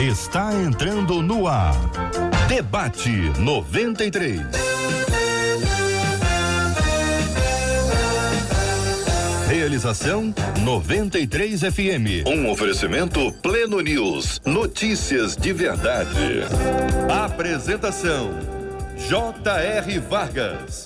está entrando no ar. Debate 93. Realização 93 FM. Um oferecimento Pleno News. Notícias de verdade. Apresentação J.R. Vargas.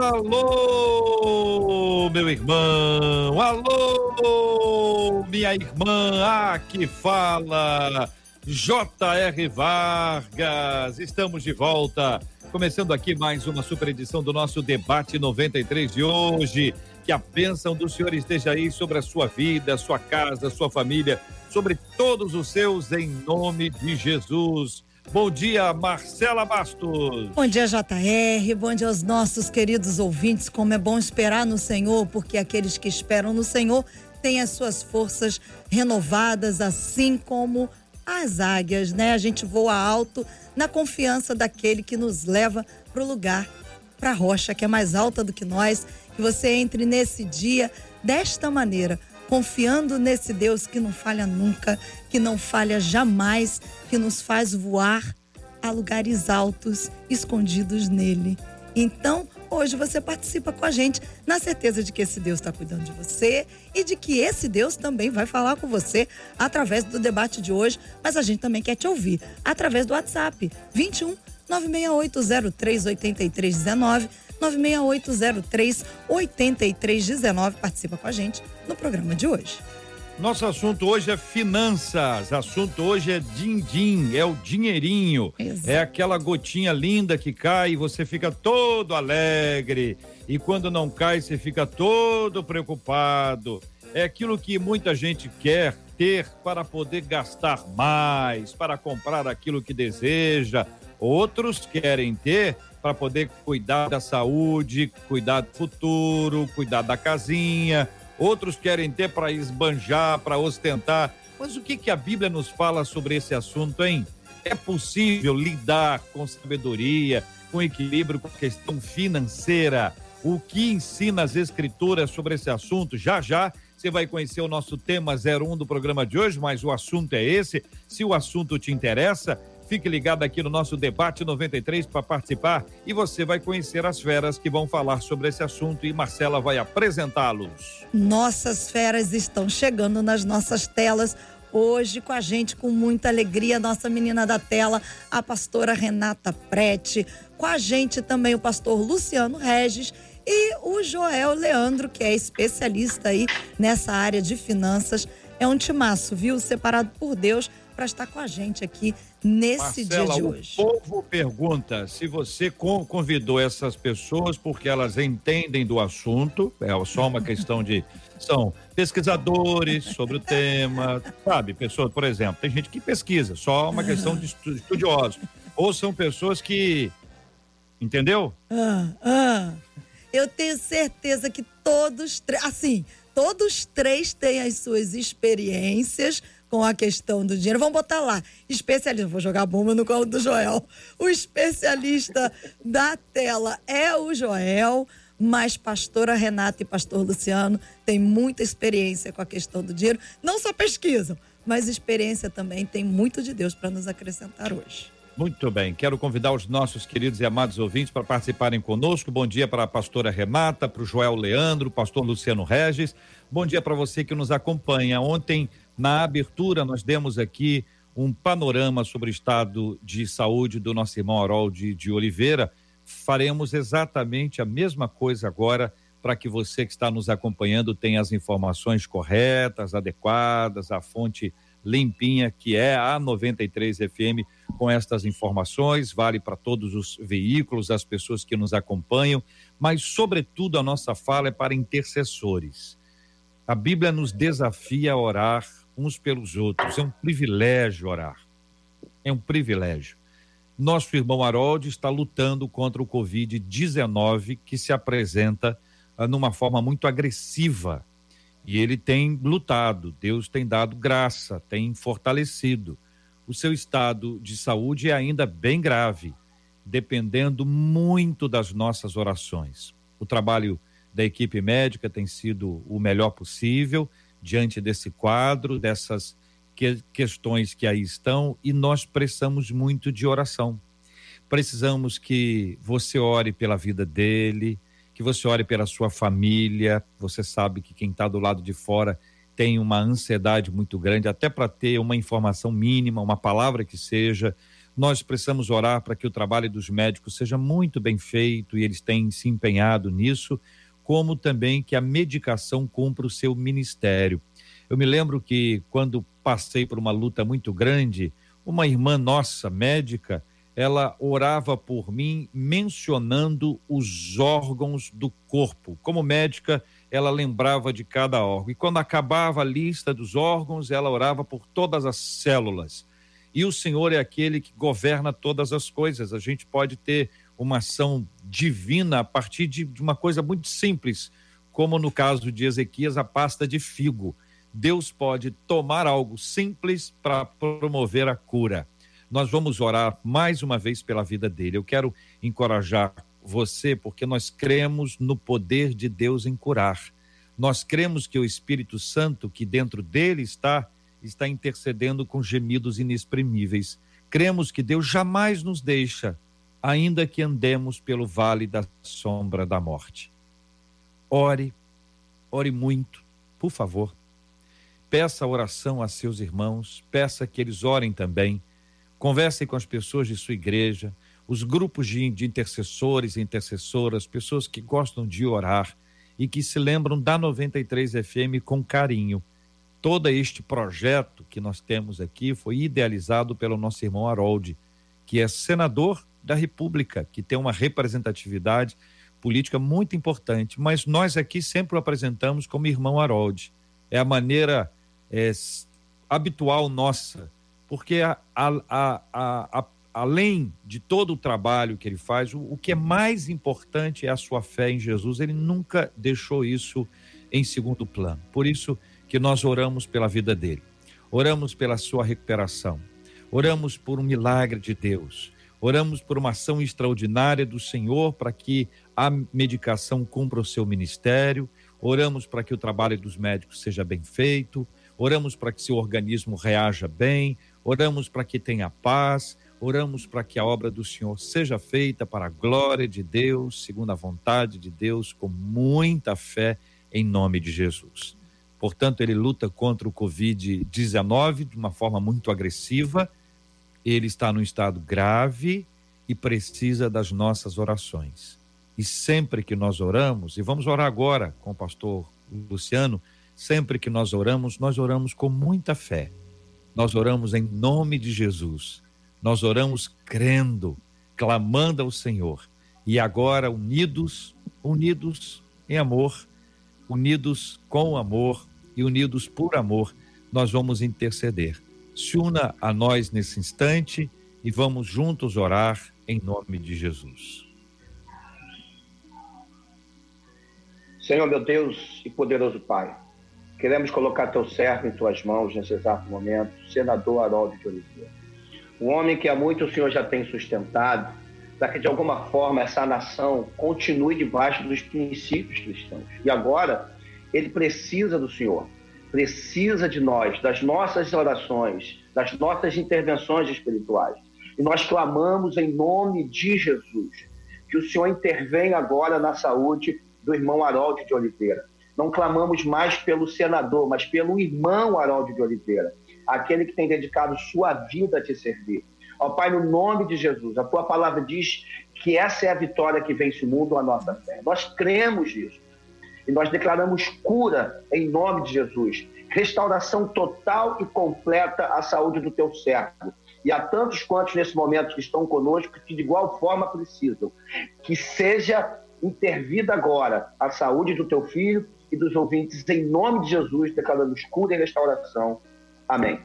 Alô, meu irmão. Alô, minha irmã. Aqui fala J.R. Vargas. Estamos de volta. Começando aqui mais uma super edição do nosso Debate 93 de hoje. Que a bênção do Senhor esteja aí sobre a sua vida, sua casa, sua família, sobre todos os seus, em nome de Jesus. Bom dia, Marcela Bastos. Bom dia, JR. Bom dia aos nossos queridos ouvintes. Como é bom esperar no Senhor, porque aqueles que esperam no Senhor têm as suas forças renovadas, assim como as águias, né? A gente voa alto na confiança daquele que nos leva para o lugar, para a rocha que é mais alta do que nós. Que você entre nesse dia desta maneira, confiando nesse Deus que não falha nunca, que não falha jamais, que nos faz voar a lugares altos, escondidos nele. Então, hoje você participa com a gente, na certeza de que esse Deus está cuidando de você e de que esse Deus também vai falar com você através do debate de hoje, mas a gente também quer te ouvir através do WhatsApp, 21 968038319, 968038319. Participa com a gente no programa de hoje. Nosso assunto hoje é finanças, assunto hoje é din-din, é o dinheirinho. Exato. É aquela gotinha linda que cai e você fica todo alegre, e quando não cai você fica todo preocupado. É aquilo que muita gente quer ter para poder gastar mais, para comprar aquilo que deseja. Outros querem ter para poder cuidar da saúde, cuidar do futuro, cuidar da casinha. Outros querem ter para esbanjar, para ostentar. Mas o que a Bíblia nos fala sobre esse assunto, hein? É possível lidar com sabedoria, com equilíbrio, com a questão financeira? O que ensina as Escrituras sobre esse assunto? Já você vai conhecer o nosso tema 01 do programa de hoje, mas o assunto é esse. Se o assunto te interessa, fique ligado aqui no nosso Debate 93 para participar e você vai conhecer as feras que vão falar sobre esse assunto e Marcela vai apresentá-los. Nossas feras estão chegando nas nossas telas hoje com a gente, com muita alegria, nossa menina da tela, a pastora Renata Prete, com a gente também o pastor Luciano Regis e o Joel Leandro, que é especialista aí nessa área de finanças. É um timaço, viu? Separado por Deus para estar com a gente aqui nesse Marcela, dia de hoje. O povo pergunta se você convidou essas pessoas porque elas entendem do assunto, é só uma questão de... São pesquisadores sobre o tema, sabe? Pessoas, por exemplo, tem gente que pesquisa, só uma questão de estudiosos. Ou são pessoas que... Entendeu? Eu tenho certeza que todos três têm as suas experiências com a questão do dinheiro. Vamos botar lá, especialista, vou jogar bomba no colo do Joel. O especialista da tela é o Joel, mas pastora Renata e pastor Luciano têm muita experiência com a questão do dinheiro. Não só pesquisam, mas experiência também, tem muito de Deus para nos acrescentar hoje. Muito bem, quero convidar os nossos queridos e amados ouvintes para participarem conosco. Bom dia para a pastora Renata, para o Joel Leandro, pastor Luciano Regis. Bom dia para você que nos acompanha. Ontem, na abertura, nós demos aqui um panorama sobre o estado de saúde do nosso irmão Harold de Oliveira. Faremos exatamente a mesma coisa agora para que você que está nos acompanhando tenha as informações corretas, adequadas, a fonte limpinha que é a 93 FM com estas informações, vale para todos os veículos, as pessoas que nos acompanham, mas sobretudo a nossa fala é para intercessores. A Bíblia nos desafia a orar uns pelos outros, é um privilégio orar, é um privilégio. Nosso irmão Harold está lutando contra o Covid-19 que se apresenta numa forma muito agressiva. E ele tem lutado, Deus tem dado graça, tem fortalecido. O seu estado de saúde é ainda bem grave, dependendo muito das nossas orações. O trabalho da equipe médica tem sido o melhor possível diante desse quadro, dessas questões que aí estão, e nós precisamos muito de oração. Precisamos que você ore pela vida dele, que você ore pela sua família. Você sabe que quem está do lado de fora tem uma ansiedade muito grande, até para ter uma informação mínima, uma palavra que seja. Nós precisamos orar para que o trabalho dos médicos seja muito bem feito, e eles têm se empenhado nisso, como também que a medicação cumpra o seu ministério. Eu me lembro que quando passei por uma luta muito grande, uma irmã nossa, médica, ela orava por mim mencionando os órgãos do corpo. Como médica, ela lembrava de cada órgão. E quando acabava a lista dos órgãos, ela orava por todas as células. E o Senhor é aquele que governa todas as coisas. A gente pode ter uma ação divina a partir de uma coisa muito simples, como no caso de Ezequias, a pasta de figo. Deus pode tomar algo simples para promover a cura. Nós vamos orar mais uma vez pela vida dele. Eu quero encorajar você, porque nós cremos no poder de Deus em curar. Nós cremos que o Espírito Santo, que dentro dele está intercedendo com gemidos inexprimíveis. Cremos que Deus jamais nos deixa, ainda que andemos pelo vale da sombra da morte. Ore muito, por favor. Peça oração a seus irmãos, peça que eles orem também. Converse com as pessoas de sua igreja, os grupos de intercessores e intercessoras, pessoas que gostam de orar e que se lembram da 93 FM com carinho. Todo este projeto que nós temos aqui foi idealizado pelo nosso irmão Harold, que é senador da República, que tem uma representatividade política muito importante, mas nós aqui sempre o apresentamos como irmão Harold. É a maneira habitual nossa, porque além de todo o trabalho que ele faz, o que é mais importante é a sua fé em Jesus. Ele nunca deixou isso em segundo plano. Por isso que nós oramos pela vida dele, oramos pela sua recuperação, oramos por um milagre de Deus, oramos por uma ação extraordinária do Senhor para que a medicação cumpra o seu ministério, oramos para que o trabalho dos médicos seja bem feito, oramos para que seu organismo reaja bem, oramos para que tenha paz, oramos para que a obra do Senhor seja feita para a glória de Deus, segundo a vontade de Deus, com muita fé, em nome de Jesus. Portanto, ele luta contra o Covid-19 de uma forma muito agressiva. Ele está num estado grave e precisa das nossas orações. E sempre que nós oramos, e vamos orar agora com o pastor Luciano, sempre que nós oramos com muita fé. Nós oramos em nome de Jesus. Nós oramos crendo, clamando ao Senhor. E agora, unidos em amor, unidos com amor e unidos por amor, nós vamos interceder. Se una a nós nesse instante e vamos juntos orar em nome de Jesus. Senhor, meu Deus e poderoso Pai, queremos colocar teu servo em tuas mãos nesse exato momento, senador Harold de Oliveira. Um homem que há muito o Senhor já tem sustentado, para que de alguma forma essa nação continue debaixo dos princípios cristãos. E agora, ele precisa do Senhor, precisa de nós, das nossas orações, das nossas intervenções espirituais. E nós clamamos em nome de Jesus, que o Senhor intervenha agora na saúde do irmão Harold de Oliveira. Não clamamos mais pelo senador, mas pelo irmão Harold de Oliveira, aquele que tem dedicado sua vida a te servir. Ó Pai, no nome de Jesus, a tua palavra diz que essa é a vitória que vence o mundo, a nossa fé. Nós cremos nisso. E nós declaramos cura em nome de Jesus. Restauração total e completa à saúde do teu servo. E há tantos quantos nesse momento que estão conosco que de igual forma precisam. Que seja intervida agora a saúde do teu filho e dos ouvintes. Em nome de Jesus, declaramos cura e restauração. Amém.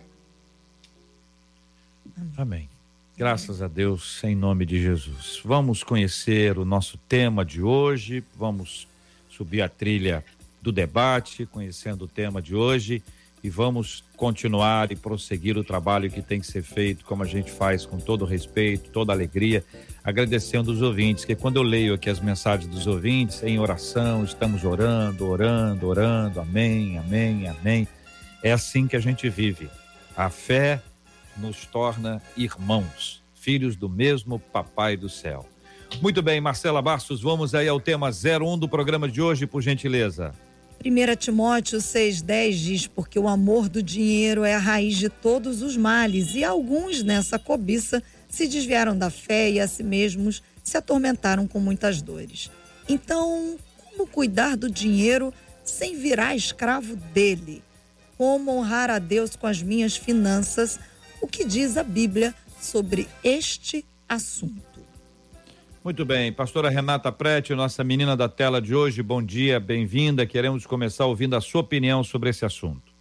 Amém. Graças a Deus, em nome de Jesus. Vamos conhecer o nosso tema de hoje, vamos subir a trilha do debate, conhecendo o tema de hoje, e vamos continuar e prosseguir o trabalho que tem que ser feito, como a gente faz com todo respeito, toda alegria, agradecendo os ouvintes, que quando eu leio aqui as mensagens dos ouvintes, em oração, estamos orando, amém, amém, amém. É assim que a gente vive. A fé nos torna irmãos, filhos do mesmo Papai do Céu. Muito bem, Marcela Bastos, vamos aí ao tema 01 do programa de hoje, por gentileza. 1 Timóteo 6,10 diz: porque o amor do dinheiro é a raiz de todos os males, e alguns nessa cobiça se desviaram da fé e a si mesmos se atormentaram com muitas dores. Então, como cuidar do dinheiro sem virar escravo dele? Como honrar a Deus com as minhas finanças? O que diz a Bíblia sobre este assunto? Muito bem, pastora Renata Prete, nossa menina da tela de hoje, bom dia, bem-vinda. Queremos começar ouvindo a sua opinião sobre esse assunto.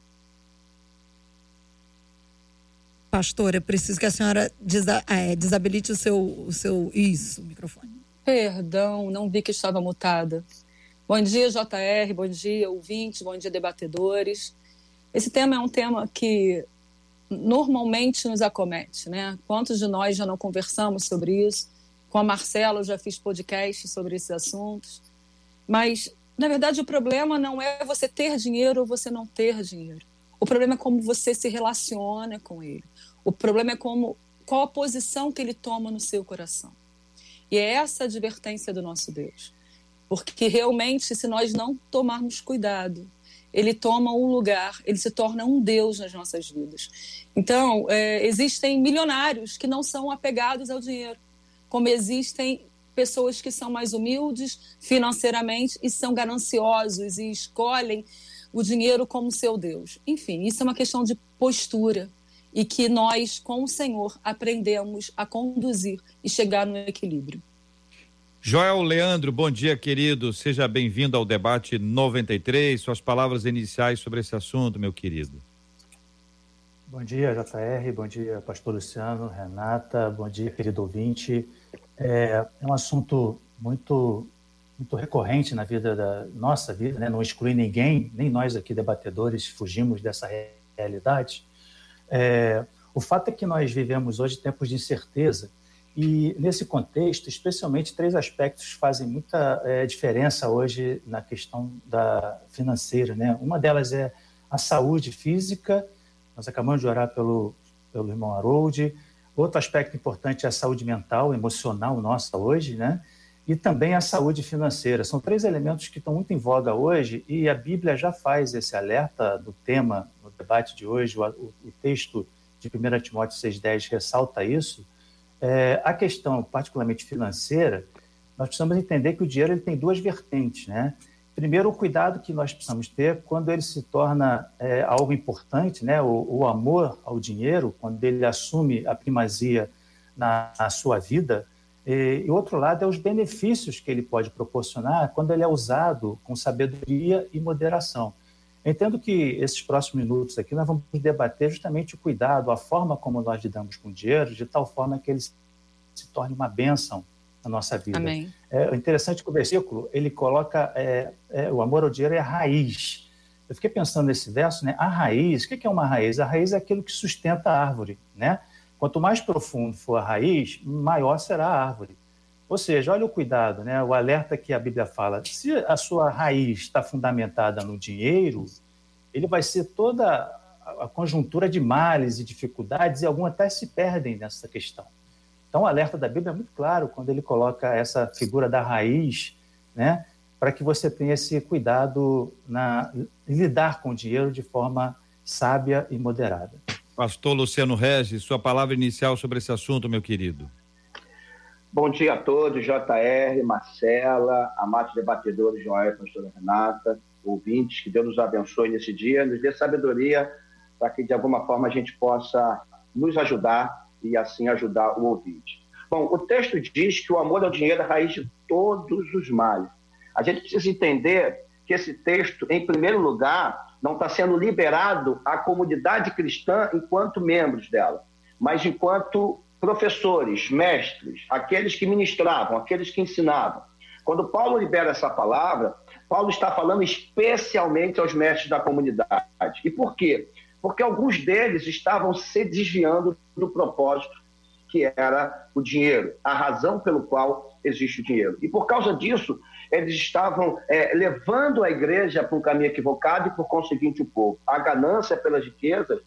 Pastora, eu preciso que a senhora desabilite o seu microfone. Perdão, não vi que estava mutada. Bom dia, JR, bom dia, ouvintes, bom dia, debatedores. Esse tema é um tema que normalmente nos acomete, né? Quantos de nós já não conversamos sobre isso? Com a Marcela eu já fiz podcast sobre esses assuntos. Mas, na verdade, o problema não é você ter dinheiro ou você não ter dinheiro. O problema é como você se relaciona com ele. O problema é qual a posição que ele toma no seu coração. E é essa a advertência do nosso Deus. Porque realmente, se nós não tomarmos cuidado, ele toma um lugar, ele se torna um Deus nas nossas vidas. Então, existem milionários que não são apegados ao dinheiro, como existem pessoas que são mais humildes financeiramente e são gananciosos e escolhem o dinheiro como seu Deus. Enfim, isso é uma questão de postura e que nós, com o Senhor, aprendemos a conduzir e chegar no equilíbrio. Joel Leandro, bom dia, querido. Seja bem-vindo ao debate 93. Suas palavras iniciais sobre esse assunto, meu querido. Bom dia, JR. Bom dia, pastor Luciano, Renata. Bom dia, querido ouvinte. É um assunto muito recorrente na nossa vida, né? Não exclui ninguém, nem nós aqui debatedores fugimos dessa realidade. O fato é que nós vivemos hoje tempos de incerteza e, nesse contexto, especialmente 3 aspectos fazem muita diferença hoje na questão financeira, né? Uma delas é a saúde física. Nós acabamos de orar pelo irmão Harold. Outro aspecto importante é a saúde mental, emocional nossa hoje, né? E também a saúde financeira. São 3 elementos que estão muito em voga hoje e a Bíblia já faz esse alerta do tema no debate de hoje. O texto de 1 Timóteo 6,10 ressalta isso. A questão, particularmente financeira, nós precisamos entender que o dinheiro ele tem 2 vertentes, né? Primeiro, o cuidado que nós precisamos ter quando ele se torna algo importante, né? O amor ao dinheiro, quando ele assume a primazia na sua vida. E outro lado é os benefícios que ele pode proporcionar quando ele é usado com sabedoria e moderação. Eu entendo que esses próximos minutos aqui nós vamos debater justamente o cuidado, a forma como nós lidamos com o dinheiro, de tal forma que ele se torne uma bênção na nossa vida. Amém. É interessante que o versículo, ele coloca o amor ao dinheiro é a raiz. Eu fiquei pensando nesse verso, né? A raiz, o que é uma raiz? A raiz é aquilo que sustenta a árvore, né? Quanto mais profundo for a raiz, maior será a árvore. Ou seja, olha o cuidado, né? O alerta que a Bíblia fala. Se a sua raiz está fundamentada no dinheiro, ele vai ser toda a conjuntura de males e dificuldades, e alguns até se perdem nessa questão. Então, o alerta da Bíblia é muito claro quando ele coloca essa figura da raiz, né? Para que você tenha esse cuidado em lidar com o dinheiro de forma sábia e moderada. Pastor Luciano Regis, sua palavra inicial sobre esse assunto, meu querido. Bom dia a todos, JR, Marcela, amados debatedores, Joel, pastora Renata, ouvintes, que Deus nos abençoe nesse dia, nos dê sabedoria para que de alguma forma a gente possa nos ajudar e assim ajudar o ouvinte. Bom, o texto diz que o amor ao dinheiro é a raiz de todos os males. A gente precisa entender que esse texto, em primeiro lugar, não está sendo liberado à comunidade cristã enquanto membros dela, mas enquanto professores, mestres, aqueles que ministravam, aqueles que ensinavam. Quando Paulo libera essa palavra, Paulo está falando especialmente aos mestres da comunidade. E por quê? Porque alguns deles estavam se desviando do propósito que era o dinheiro, a razão pelo qual existe o dinheiro. E por causa disso, eles estavam levando a igreja para um caminho equivocado e, por conseguinte, o povo. A ganância pelas riquezas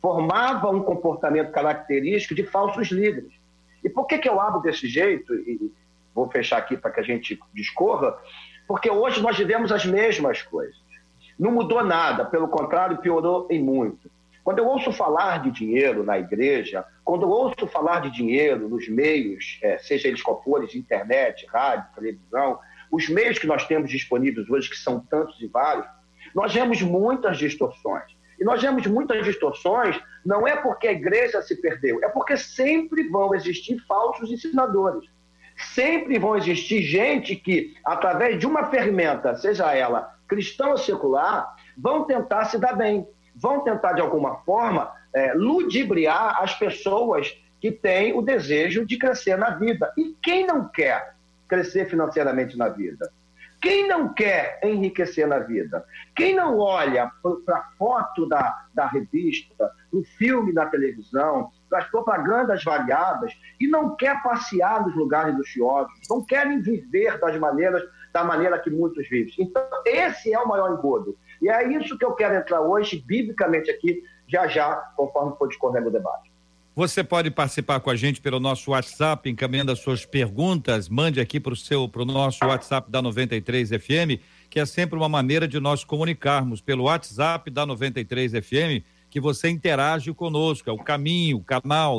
formava um comportamento característico de falsos líderes. E por que eu abro desse jeito? E vou fechar aqui para que a gente discorra, porque hoje nós vivemos as mesmas coisas. Não mudou nada, pelo contrário, piorou em muito. Quando eu ouço falar de dinheiro na igreja, quando eu ouço falar de dinheiro nos meios, seja eles qual forem, de internet, rádio, televisão, os meios que nós temos disponíveis hoje, que são tantos e vários, nós vemos muitas distorções. E nós vemos muitas distorções, não é porque a igreja se perdeu, é porque sempre vão existir falsos ensinadores. Sempre vão existir gente que, através de uma ferramenta, seja ela cristã ou secular, vão tentar se dar bem, vão tentar, de alguma forma, ludibriar as pessoas que têm o desejo de crescer na vida. E quem não quer crescer financeiramente na vida? Quem não quer enriquecer na vida? Quem não olha para a foto da revista, para o filme da televisão, para as propagandas variadas e não quer passear nos lugares luxuosos, não querem viver da maneira que muitos vivem? Então, esse é o maior engodo. E é isso que eu quero entrar hoje, biblicamente aqui, já, conforme for discorrendo o debate. Você pode participar com a gente pelo nosso WhatsApp, encaminhando as suas perguntas, mande aqui para o nosso WhatsApp da 93 FM, que é sempre uma maneira de nós comunicarmos pelo WhatsApp da 93 FM, que você interage conosco, é o caminho, o canal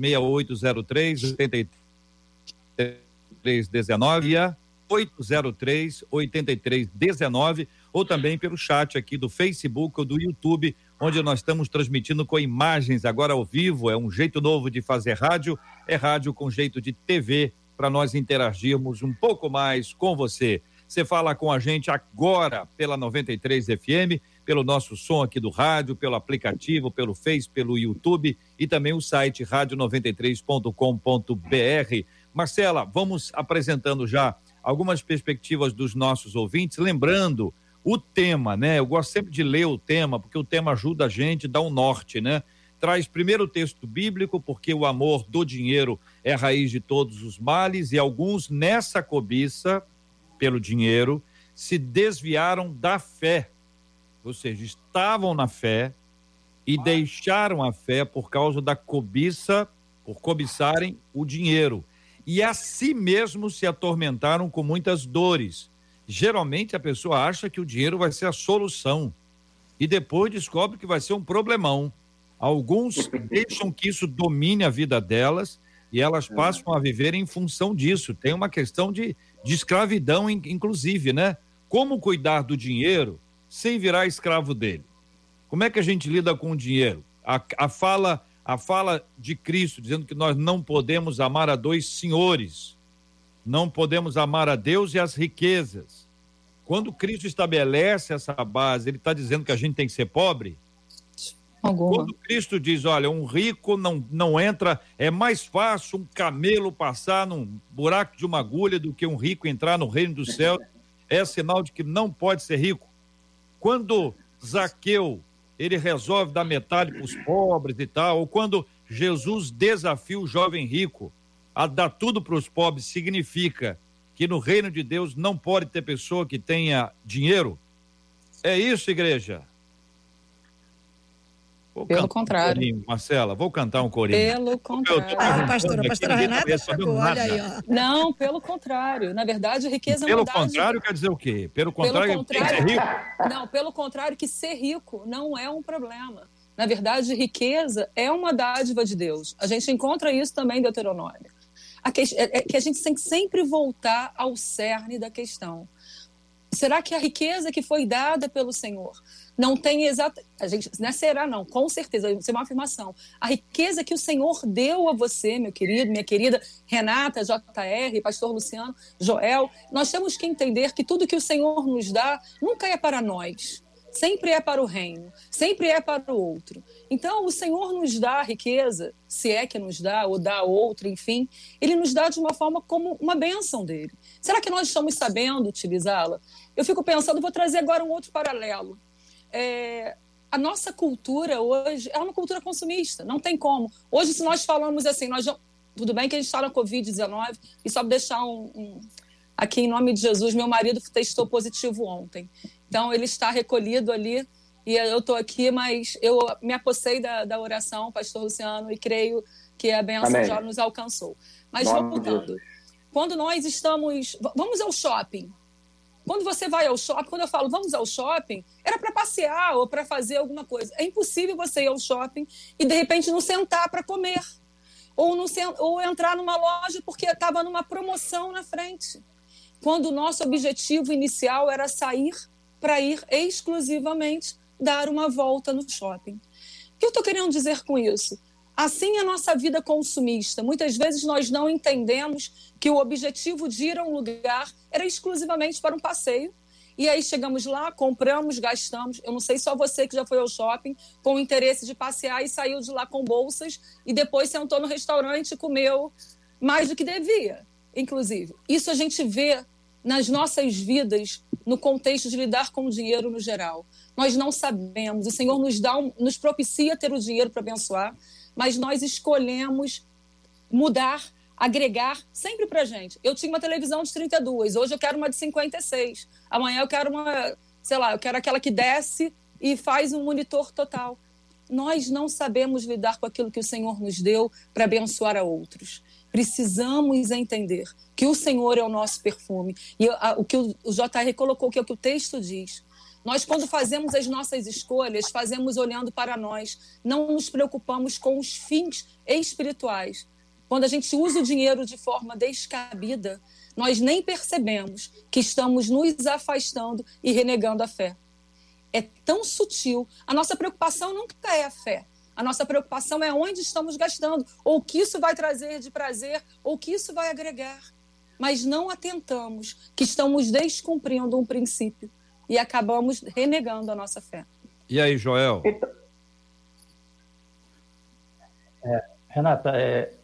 96803-8319 e a 803-8319, ou também pelo chat aqui do Facebook ou do YouTube, onde nós estamos transmitindo com imagens agora ao vivo. É um jeito novo de fazer rádio, é rádio com jeito de TV, para nós interagirmos um pouco mais com você. Você fala com a gente agora pela 93 FM, pelo nosso som aqui do rádio, pelo aplicativo, pelo Face, pelo YouTube e também o site radio93.com.br. Marcela, vamos apresentando já algumas perspectivas dos nossos ouvintes, lembrando o tema, né? Eu gosto sempre de ler o tema, porque o tema ajuda a gente, dá um norte, né? Traz primeiro o texto bíblico, porque o amor do dinheiro é a raiz de todos os males, e alguns nessa cobiça pelo dinheiro se desviaram da fé, ou seja, estavam na fé e deixaram a fé por causa da cobiça, por cobiçarem o dinheiro, e a si mesmos se atormentaram com muitas dores. Geralmente a pessoa acha que o dinheiro vai ser a solução e depois descobre que vai ser um problemão. Alguns deixam que isso domine a vida delas e elas passam a viver em função disso. Tem uma questão de escravidão, inclusive, né? Como cuidar do dinheiro sem virar escravo dele? Como é que a gente lida com o dinheiro? A fala de Cristo dizendo que nós não podemos amar a dois senhores. Não podemos amar a Deus e as riquezas. Quando Cristo estabelece essa base, ele está dizendo que a gente tem que ser pobre? Quando Cristo diz, olha, um rico não entra, é mais fácil um camelo passar num buraco de uma agulha do que um rico entrar no reino dos céus, é sinal de que não pode ser rico. Quando Zaqueu, ele resolve dar metade para os pobres e tal, ou quando Jesus desafia o jovem rico a dar tudo para os pobres, significa que no reino de Deus não pode ter pessoa que tenha dinheiro? É isso, igreja? Pelo contrário. Marcela, vou cantar um corinho. Pelo contrário. A pastora Renata chegou, olha aí, ó. Não, pelo contrário. Na verdade, riqueza é uma dádiva. Pelo contrário quer dizer o quê? Pelo contrário, tem que ser rico? Não, pelo contrário, que ser rico não é um problema. Na verdade, riqueza é uma dádiva de Deus. A gente encontra isso também em Deuteronômio. É que a gente tem que sempre voltar ao cerne da questão. Será que a riqueza que foi dada pelo Senhor não tem a gente não é será não, com certeza, isso é uma afirmação. A riqueza que o Senhor deu a você, meu querido, minha querida Renata, JR, pastor Luciano, Joel, nós temos que entender que tudo que o Senhor nos dá nunca é para nós. Sempre é para o reino, sempre é para o outro. Então, o Senhor nos dá a riqueza, se é que nos dá, ou dá a outro, enfim, ele nos dá de uma forma como uma bênção dele. Será que nós estamos sabendo utilizá-la? Eu fico pensando, vou trazer agora um outro paralelo. A nossa cultura hoje é uma cultura consumista, não tem como. Hoje, se nós falamos assim, tudo bem que a gente está na Covid-19, e só deixar aqui em nome de Jesus, meu marido testou positivo ontem. Então, ele está recolhido ali e eu estou aqui, mas eu me apossei da oração, pastor Luciano, e creio que a bênção Amém. já nos alcançou. Mas Nome voltando, quando nós estamos... Vamos ao shopping. Quando você vai ao shopping, quando eu falo vamos ao shopping, era para passear ou para fazer alguma coisa. É impossível você ir ao shopping e, de repente, não sentar para comer. Ou entrar numa loja porque estava numa promoção na frente. Quando o nosso objetivo inicial era sair para ir exclusivamente dar uma volta no shopping. O que eu estou querendo dizer com isso? Assim é a nossa vida consumista. Muitas vezes nós não entendemos que o objetivo de ir a um lugar era exclusivamente para um passeio. E aí chegamos lá, compramos, gastamos. Eu não sei só você que já foi ao shopping com o interesse de passear e saiu de lá com bolsas e depois sentou no restaurante e comeu mais do que devia, inclusive. Isso a gente vê nas nossas vidas no contexto de lidar com o dinheiro no geral. Nós não sabemos. O Senhor nos propicia ter o dinheiro para abençoar, mas nós escolhemos mudar, agregar sempre para a gente. Eu tinha uma televisão de 32, hoje eu quero uma de 56. Amanhã eu quero eu quero aquela que desce e faz um monitor total. Nós não sabemos lidar com aquilo que o Senhor nos deu para abençoar a outros. Precisamos entender que o Senhor é o nosso perfume. E o que o JR colocou, que é o que o texto diz. Nós, quando fazemos as nossas escolhas, fazemos olhando para nós. Não nos preocupamos com os fins espirituais. Quando a gente usa o dinheiro de forma descabida, nós nem percebemos que estamos nos afastando e renegando a fé. É tão sutil. A nossa preocupação nunca é a fé. A nossa preocupação é onde estamos gastando, ou o que isso vai trazer de prazer, ou o que isso vai agregar. Mas não atentamos que estamos descumprindo um princípio e acabamos renegando a nossa fé. E aí, Joel? Renata,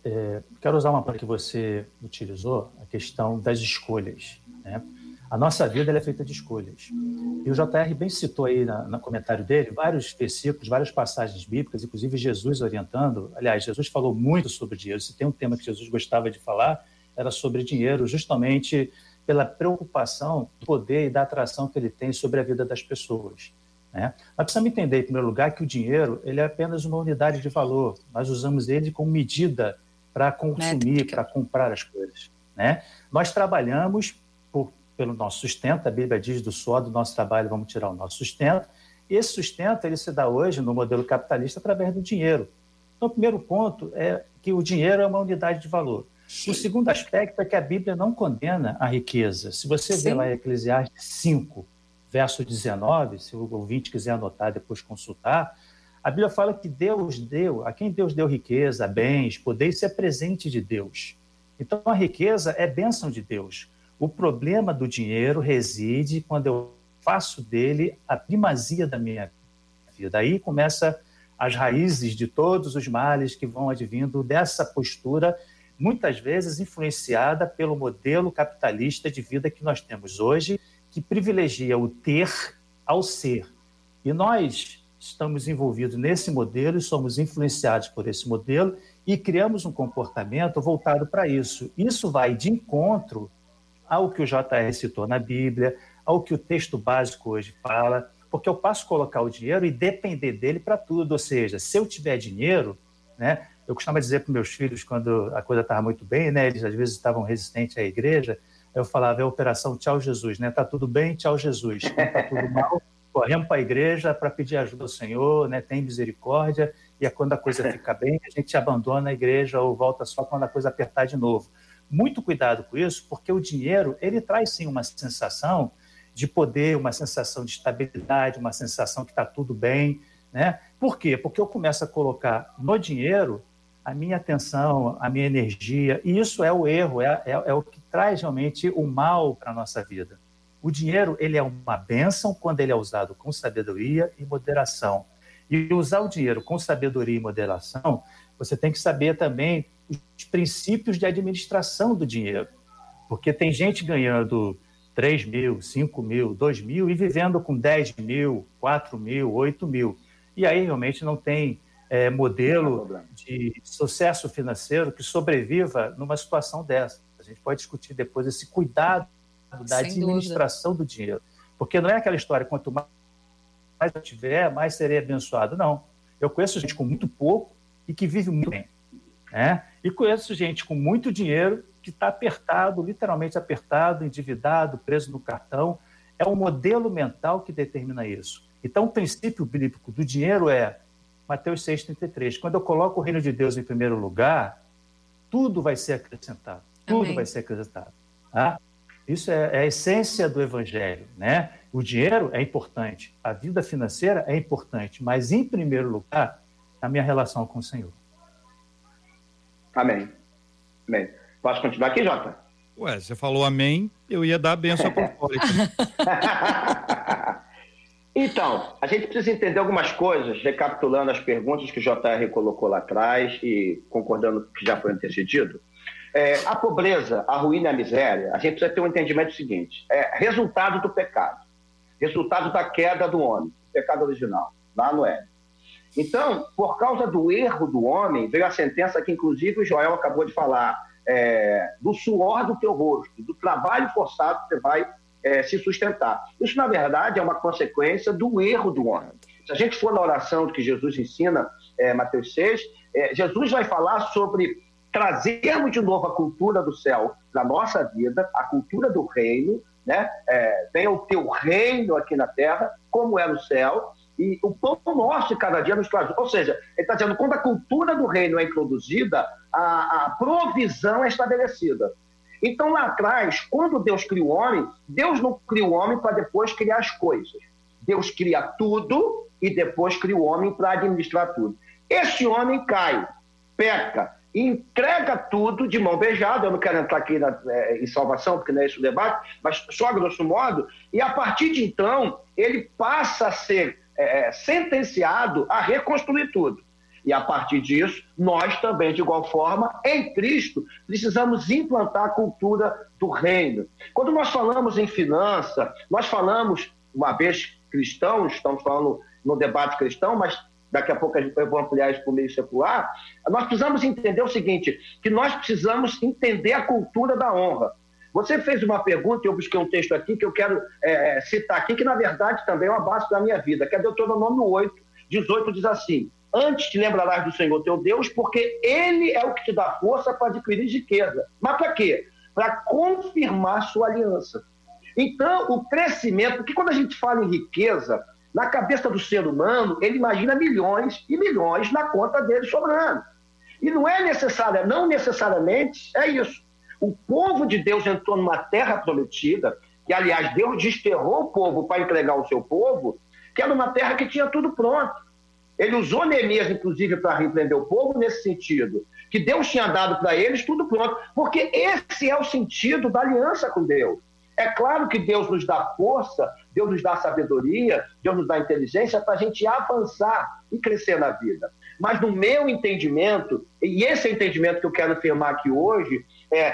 quero usar uma palavra que você utilizou, a questão das escolhas, né? A nossa vida ela é feita de escolhas. E o JR bem citou aí no comentário dele vários versículos, várias passagens bíblicas, inclusive Jesus orientando. Aliás, Jesus falou muito sobre dinheiro. Se tem um tema que Jesus gostava de falar, era sobre dinheiro, justamente pela preocupação do poder e da atração que ele tem sobre a vida das pessoas, né? Nós precisamos entender, em primeiro lugar, que o dinheiro ele é apenas uma unidade de valor. Nós usamos ele como medida para consumir, para comprar as coisas, né? Nós trabalhamos pelo nosso sustento. A Bíblia diz: do suor do nosso trabalho vamos tirar o nosso sustento. E esse sustento ele se dá hoje no modelo capitalista através do dinheiro. Então, o primeiro ponto é que o dinheiro é uma unidade de valor. O segundo aspecto é que a Bíblia não condena a riqueza. Se você vê lá em Eclesiastes 5, verso 19, se o ouvinte quiser anotar, depois consultar, a Bíblia fala que Deus deu, a quem Deus deu riqueza, bens, poder, isso é presente de Deus. Então, a riqueza é bênção de Deus. O problema do dinheiro reside quando eu faço dele a primazia da minha vida. Aí começa as raízes de todos os males que vão advindo dessa postura, muitas vezes influenciada pelo modelo capitalista de vida que nós temos hoje, que privilegia o ter ao ser. E nós estamos envolvidos nesse modelo e somos influenciados por esse modelo e criamos um comportamento voltado para isso. Isso vai de encontro ao que o JR citou na Bíblia, ao que o texto básico hoje fala, porque eu passo a colocar o dinheiro e depender dele para tudo. Ou seja, se eu tiver dinheiro, né, eu costumava dizer para meus filhos, quando a coisa estava muito bem, né, eles às vezes estavam resistentes à igreja, eu falava: é a operação tchau Jesus, né? Tá tudo bem, tchau Jesus. Quando tá tudo mal, corremos para a igreja para pedir ajuda ao Senhor, né? Tem misericórdia, e quando a coisa fica bem, a gente abandona a igreja ou volta só quando a coisa apertar de novo. Muito cuidado com isso, porque o dinheiro, ele traz sim uma sensação de poder, uma sensação de estabilidade, uma sensação que está tudo bem, né? Por quê? Porque eu começo a colocar no dinheiro a minha atenção, a minha energia, e isso é o erro, é o que traz realmente o mal para a nossa vida. O dinheiro, ele é uma bênção quando ele é usado com sabedoria e moderação. E usar o dinheiro com sabedoria e moderação, você tem que saber também os princípios de administração do dinheiro. Porque tem gente ganhando 3 mil, 5 mil, 2 mil e vivendo com 10 mil, 4 mil, 8 mil. E aí realmente não tem modelo de sucesso financeiro que sobreviva numa situação dessa. A gente pode discutir depois esse cuidado da administração do dinheiro. Porque não é aquela história, quanto mais mais eu tiver, mais serei abençoado. Não. Eu conheço gente com muito pouco e que vive muito bem. Né? E conheço gente com muito dinheiro que está apertado, literalmente apertado, endividado, preso no cartão. É um modelo mental que determina isso. Então, o princípio bíblico do dinheiro é Mateus 6,33. Quando eu coloco o reino de Deus em primeiro lugar, tudo vai ser acrescentado. Tudo Amém. Vai ser acrescentado. Tá? Isso é a essência do evangelho, né? O dinheiro é importante, a vida financeira é importante, mas, em primeiro lugar, a minha relação com o Senhor. Amém. Amém. Posso continuar aqui, Jota? Ué, você falou amém, eu ia dar a benção por fora. Então, a gente precisa entender algumas coisas, recapitulando as perguntas que o JR colocou lá atrás e concordando com o que já foi antecedido. A pobreza, a ruína e a miséria, a gente precisa ter um entendimento seguinte, é resultado do pecado, resultado da queda do homem, pecado original, lá no Éden. Então, por causa do erro do homem, veio a sentença que, inclusive, o Joel acabou de falar, do suor do teu rosto, do trabalho forçado que você vai se sustentar. Isso, na verdade, é uma consequência do erro do homem. Se a gente for na oração que Jesus ensina, Mateus 6, Jesus vai falar sobre trazermos de novo a cultura do céu para a nossa vida, a cultura do reino, né? Venha o teu reino aqui na terra, como é no céu, e o pão nosso de cada dia nos traz. Ou seja, ele está dizendo, quando a cultura do reino é introduzida, a provisão é estabelecida. Então, lá atrás, quando Deus cria o homem, Deus não cria o homem para depois criar as coisas. Deus cria tudo e depois cria o homem para administrar tudo. Esse homem cai, peca, entrega tudo de mão beijada. Eu não quero entrar aqui em salvação, porque não é esse o debate, mas só grosso modo, e a partir de então, ele passa a ser sentenciado a reconstruir tudo. E a partir disso, nós também, de igual forma, em Cristo, precisamos implantar a cultura do reino. Quando nós falamos em finança, nós falamos, uma vez cristãos, estamos falando no debate cristão, mas daqui a pouco eu vou ampliar isso para o meio secular, nós precisamos entender o seguinte, que nós precisamos entender a cultura da honra. Você fez uma pergunta, eu busquei um texto aqui que eu quero citar aqui, que na verdade também é uma base da minha vida, que é Deuteronômio 8, 18, diz assim: antes te lembrarás do Senhor teu Deus, porque Ele é o que te dá força para adquirir riqueza. Mas para quê? Para confirmar sua aliança. Então, o crescimento, porque quando a gente fala em riqueza, na cabeça do ser humano, ele imagina milhões e milhões na conta dele sobrando. E não necessariamente é isso. O povo de Deus entrou numa terra prometida, que, aliás, Deus desterrou o povo para entregar o seu povo, que era uma terra que tinha tudo pronto. Ele usou Neemias, inclusive, para repreender o povo nesse sentido, que Deus tinha dado para eles tudo pronto, porque esse é o sentido da aliança com Deus. É claro que Deus nos dá força, Deus nos dá sabedoria, Deus nos dá inteligência para a gente avançar e crescer na vida. Mas no meu entendimento, e esse é o entendimento que eu quero afirmar aqui hoje,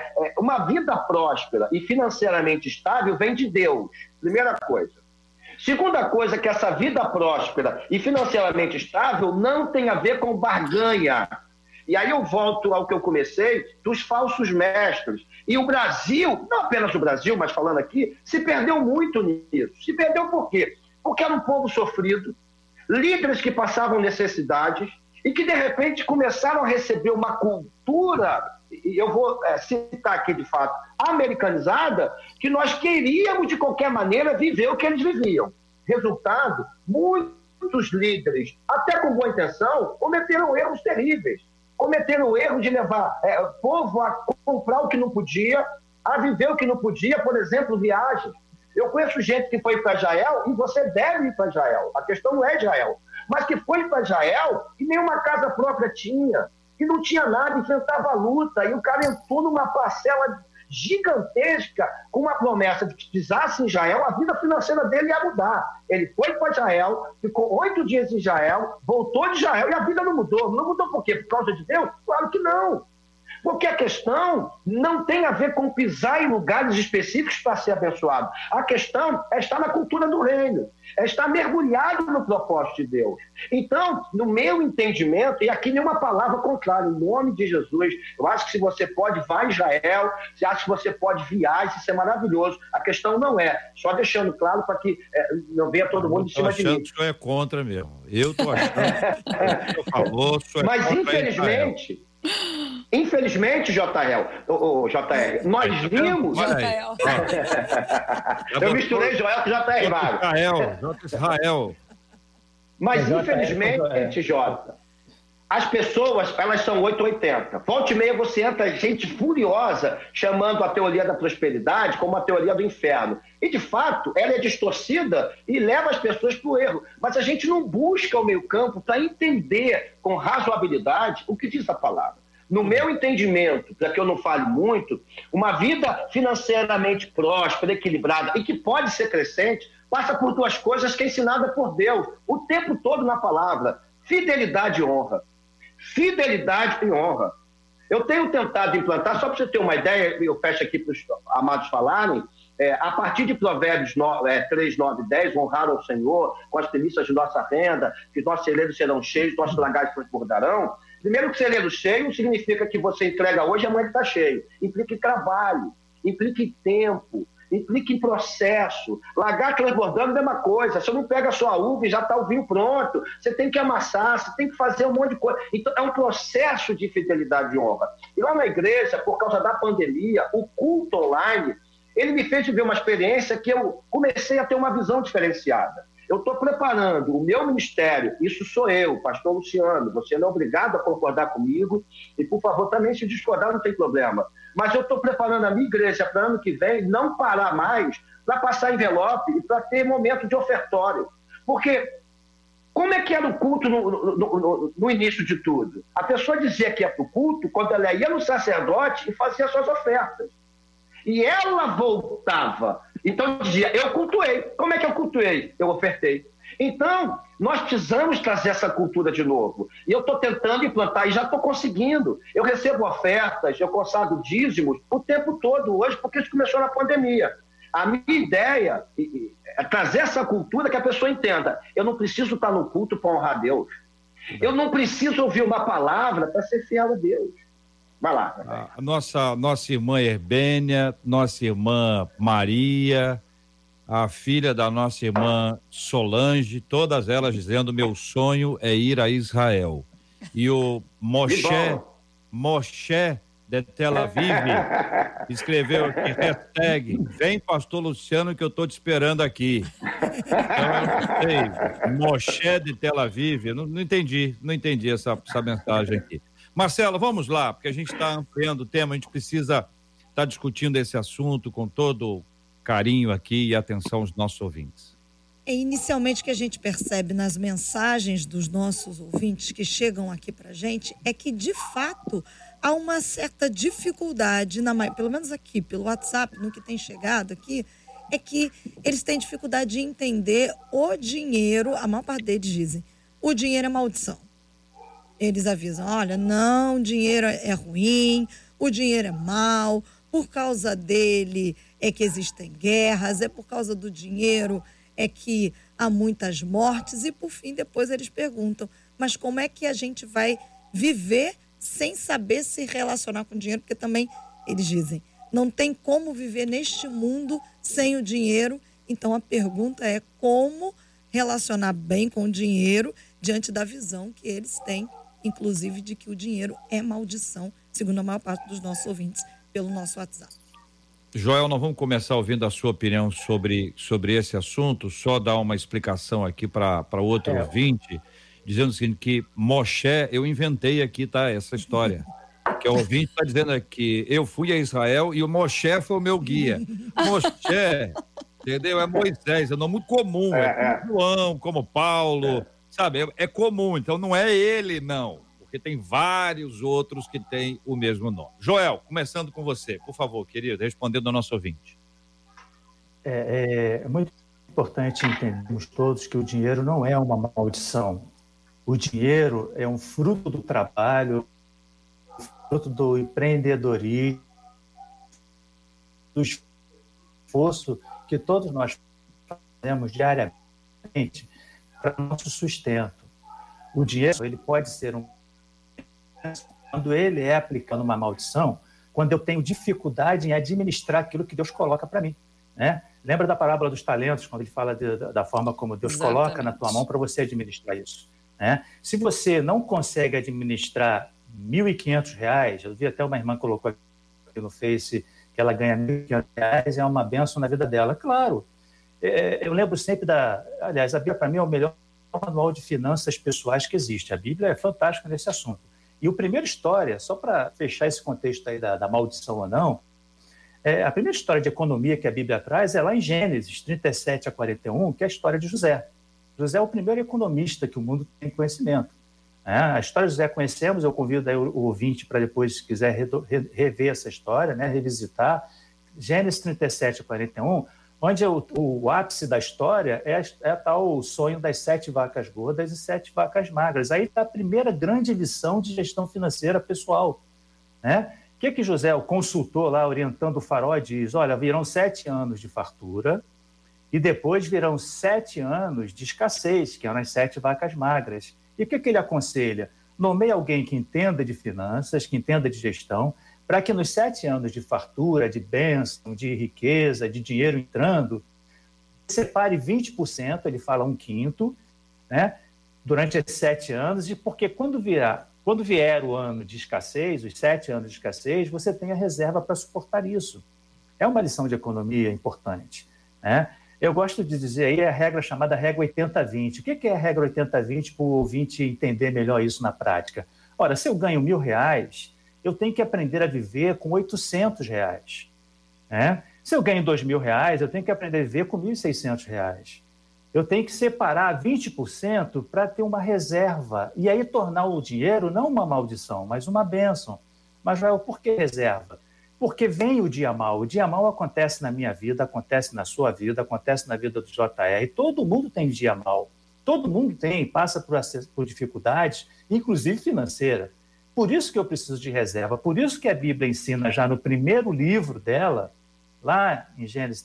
uma vida próspera e financeiramente estável vem de Deus, primeira coisa. Segunda coisa, que essa vida próspera e financeiramente estável não tem a ver com barganha. E aí eu volto ao que eu comecei, dos falsos mestres. E o Brasil, não apenas o Brasil, mas falando aqui, se perdeu muito nisso. Se perdeu por quê? Porque era um povo sofrido, líderes que passavam necessidades e que, de repente, começaram a receber uma cultura, e eu vou citar aqui de fato, americanizada, que nós queríamos, de qualquer maneira, viver o que eles viviam. Resultado, muitos líderes, até com boa intenção, cometeram erros terríveis. Cometeram o erro de levar o povo a comprar o que não podia, a viver o que não podia, por exemplo, viagens. Eu conheço gente que foi para Israel, e você deve ir para Israel, a questão não é Israel, mas que foi para Israel e nenhuma casa própria tinha, e não tinha nada, enfrentava a luta, e o cara entrou numa parcela gigantesca com uma promessa de que pisasse em Israel, a vida financeira dele ia mudar. Ele foi para Israel, ficou 8 dias em Israel, voltou de Israel e a vida não mudou. Não mudou por quê? Por causa de Deus? Claro que não. Porque a questão não tem a ver com pisar em lugares específicos para ser abençoado. A questão é estar na cultura do reino, é estar mergulhado no propósito de Deus. Então, no meu entendimento, e aqui nenhuma palavra contrária, em nome de Jesus, eu acho que se você pode, vá a Israel, se acha que você pode, viajar, isso é maravilhoso. A questão não é, só deixando claro para que não venha todo mundo em cima de mim. Eu estou achando que o senhor é contra mesmo. Eu estou achando que o senhor falou, o senhor é Mas contra infelizmente, JR, nós vimos... Eu misturei Joel com JR. Israel. Mas infelizmente, Jota, as pessoas, elas são 880. Volta e meia você entra gente furiosa chamando a teoria da prosperidade como a teoria do inferno. E, de fato, ela é distorcida e leva as pessoas para o erro. Mas a gente não busca o meio-campo para entender com razoabilidade o que diz a palavra. No meu entendimento, para que eu não fale muito, uma vida financeiramente próspera, equilibrada e que pode ser crescente, passa por duas coisas que é ensinada por Deus o tempo todo na palavra: fidelidade e honra. Fidelidade e honra. Eu tenho tentado implantar, só para você ter uma ideia, eu fecho aqui para os amados falarem, a partir de Provérbios 3, 9 e 10, honrar ao Senhor com as primícias de nossa renda, que nossos celeiros serão cheios, nossos lagares transbordarão. Primeiro, que celeiro cheio significa que você entrega hoje e amanhã ele está cheio. Implica em trabalho, implica em tempo, implica em processo. Lagar transbordando é a mesma coisa. Você não pega a sua uva e já está o vinho pronto. Você tem que amassar, você tem que fazer um monte de coisa. Então, é um processo de fidelidade e honra. E lá na igreja, por causa da pandemia, o culto online, ele me fez viver uma experiência que eu comecei a ter uma visão diferenciada. Eu estou preparando o meu ministério, isso sou eu, pastor Luciano, você não é obrigado a concordar comigo, e por favor, também se discordar não tem problema, mas eu estou preparando a minha igreja para ano que vem não parar mais para passar envelope e para ter momento de ofertório, porque como é que era o culto no início de tudo? A pessoa dizia que ia para o culto quando ela ia no sacerdote e fazia suas ofertas, e ela voltava. Então dizia, eu cultuei. Como é que eu cultuei? Eu ofertei. Então, nós precisamos trazer essa cultura de novo. E eu estou tentando implantar, e já estou conseguindo. Eu recebo ofertas, eu consagro dízimos o tempo todo hoje, porque isso começou na pandemia. A minha ideia é trazer essa cultura que a pessoa entenda. Eu não preciso estar no culto para honrar Deus. Eu não preciso ouvir uma palavra para ser fiel a Deus. Vai lá. A nossa irmã Herbênia, nossa irmã Maria, a filha da nossa irmã Solange, todas elas dizendo: meu sonho é ir a Israel. E o Moshe de Tel Aviv escreveu aqui, hashtag, vem pastor Luciano que eu estou te esperando aqui. Então, eu não sei, Moshe de Tel Aviv, não entendi essa mensagem aqui. Marcelo, vamos lá, porque a gente está ampliando o tema, a gente precisa estar discutindo esse assunto com todo carinho aqui e atenção aos nossos ouvintes. Inicialmente, o que a gente percebe nas mensagens dos nossos ouvintes que chegam aqui para a gente é que, de fato, há uma certa dificuldade, pelo menos aqui, pelo WhatsApp, no que tem chegado aqui, é que eles têm dificuldade de entender o dinheiro, a maior parte deles dizem, o dinheiro é maldição. Eles avisam, olha, não, dinheiro é ruim, o dinheiro é mau, por causa dele é que existem guerras, é por causa do dinheiro é que há muitas mortes e, por fim, depois eles perguntam, mas como é que a gente vai viver sem saber se relacionar com o dinheiro? Porque também, eles dizem, não tem como viver neste mundo sem o dinheiro, então a pergunta é como relacionar bem com o dinheiro diante da visão que eles têm, inclusive de que o dinheiro é maldição, segundo a maior parte dos nossos ouvintes, pelo nosso WhatsApp. Joel, nós vamos começar ouvindo a sua opinião sobre esse assunto, só dar uma explicação aqui para outro ouvinte, dizendo o seguinte, que Moshe, eu inventei aqui, tá, essa história, que o ouvinte está dizendo aqui, eu fui a Israel e o Moshe foi o meu guia. Moshe, entendeu? É Moisés, é um nome muito comum, é como João, como Paulo, sabe, é comum, então não é ele, não, porque tem vários outros que têm o mesmo nome. Joel, começando com você, por favor, querido, respondendo ao nosso ouvinte. É muito importante entendermos todos que o dinheiro não é uma maldição. O dinheiro é um fruto do trabalho, fruto do empreendedorismo, do esforço que todos nós fazemos diariamente para o nosso sustento. O dinheiro, ele pode ser quando ele é aplicando uma maldição, quando eu tenho dificuldade em administrar aquilo que Deus coloca para mim, né? Lembra da parábola dos talentos, quando ele fala da forma como Deus coloca na tua mão para você administrar isso, né? Se você não consegue administrar R$1.500, eu vi até uma irmã colocou aqui no Face que ela ganha R$1.500, é uma bênção na vida dela. Claro, eu lembro sempre aliás, a Bíblia para mim é o melhor manual de finanças pessoais que existe. A Bíblia é fantástica nesse assunto. E a primeira história, só para fechar esse contexto aí da maldição ou não, a primeira história de economia que a Bíblia traz é lá em Gênesis 37-41, que é a história de José. José é o primeiro economista que o mundo tem conhecimento. A história de José conhecemos, eu convido aí o ouvinte para depois, se quiser rever essa história, né, revisitar. Gênesis 37-41, onde o ápice da história é tal sonho das 7 vacas gordas e 7 vacas magras. Aí está a primeira grande lição de gestão financeira pessoal, né? O que José, o consultor lá, orientando o faraó, diz? Olha, virão 7 anos de fartura e depois virão 7 anos de escassez, que eram as 7 vacas magras. E o que ele aconselha? Nomeie alguém que entenda de finanças, que entenda de gestão, para que nos 7 anos de fartura, de bênção, de riqueza, de dinheiro entrando, separe 20%, ele fala 1/5, né, durante esses 7 anos, e porque quando vier o ano de escassez, os 7 anos de escassez, você tem a reserva para suportar isso. É uma lição de economia importante, né? Eu gosto de dizer aí a regra chamada regra 80-20. O que é a regra 80-20 para o ouvinte entender melhor isso na prática? Ora, se eu ganho R$1.000, eu tenho que aprender a viver com R$800, né? Se eu ganho R$2.000, eu tenho que aprender a viver com R$1.600. Eu tenho que separar 20% para ter uma reserva e aí tornar o dinheiro não uma maldição, mas uma bênção. Mas, Joel, por que reserva? Porque vem o dia mau. O dia mau acontece na minha vida, acontece na sua vida, acontece na vida do JR. Todo mundo tem dia mau. Todo mundo passa por dificuldades, inclusive financeira. Por isso que eu preciso de reserva. Por isso que a Bíblia ensina já no primeiro livro dela, lá em Gênesis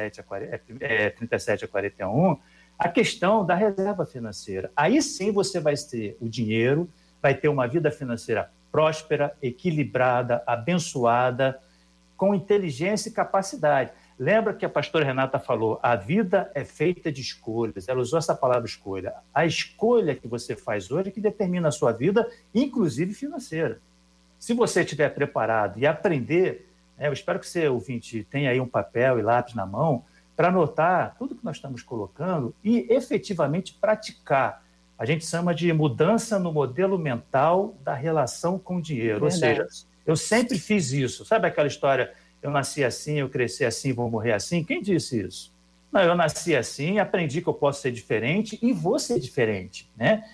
37-41, a questão da reserva financeira. Aí sim você vai ter o dinheiro, vai ter uma vida financeira próspera, equilibrada, abençoada, com inteligência e capacidade. Lembra que a pastora Renata falou, a vida é feita de escolhas. Ela usou essa palavra escolha. A escolha que você faz hoje é que determina a sua vida, inclusive financeira. Se você estiver preparado e aprender, eu espero que você, ouvinte, tenha aí um papel e lápis na mão para anotar tudo que nós estamos colocando e efetivamente praticar. A gente chama de mudança no modelo mental da relação com o dinheiro. Verdade. Ou seja, eu sempre fiz isso. Sabe aquela história, eu nasci assim, eu cresci assim, vou morrer assim? Quem disse isso? Não, eu nasci assim, aprendi que eu posso ser diferente e vou ser diferente, né?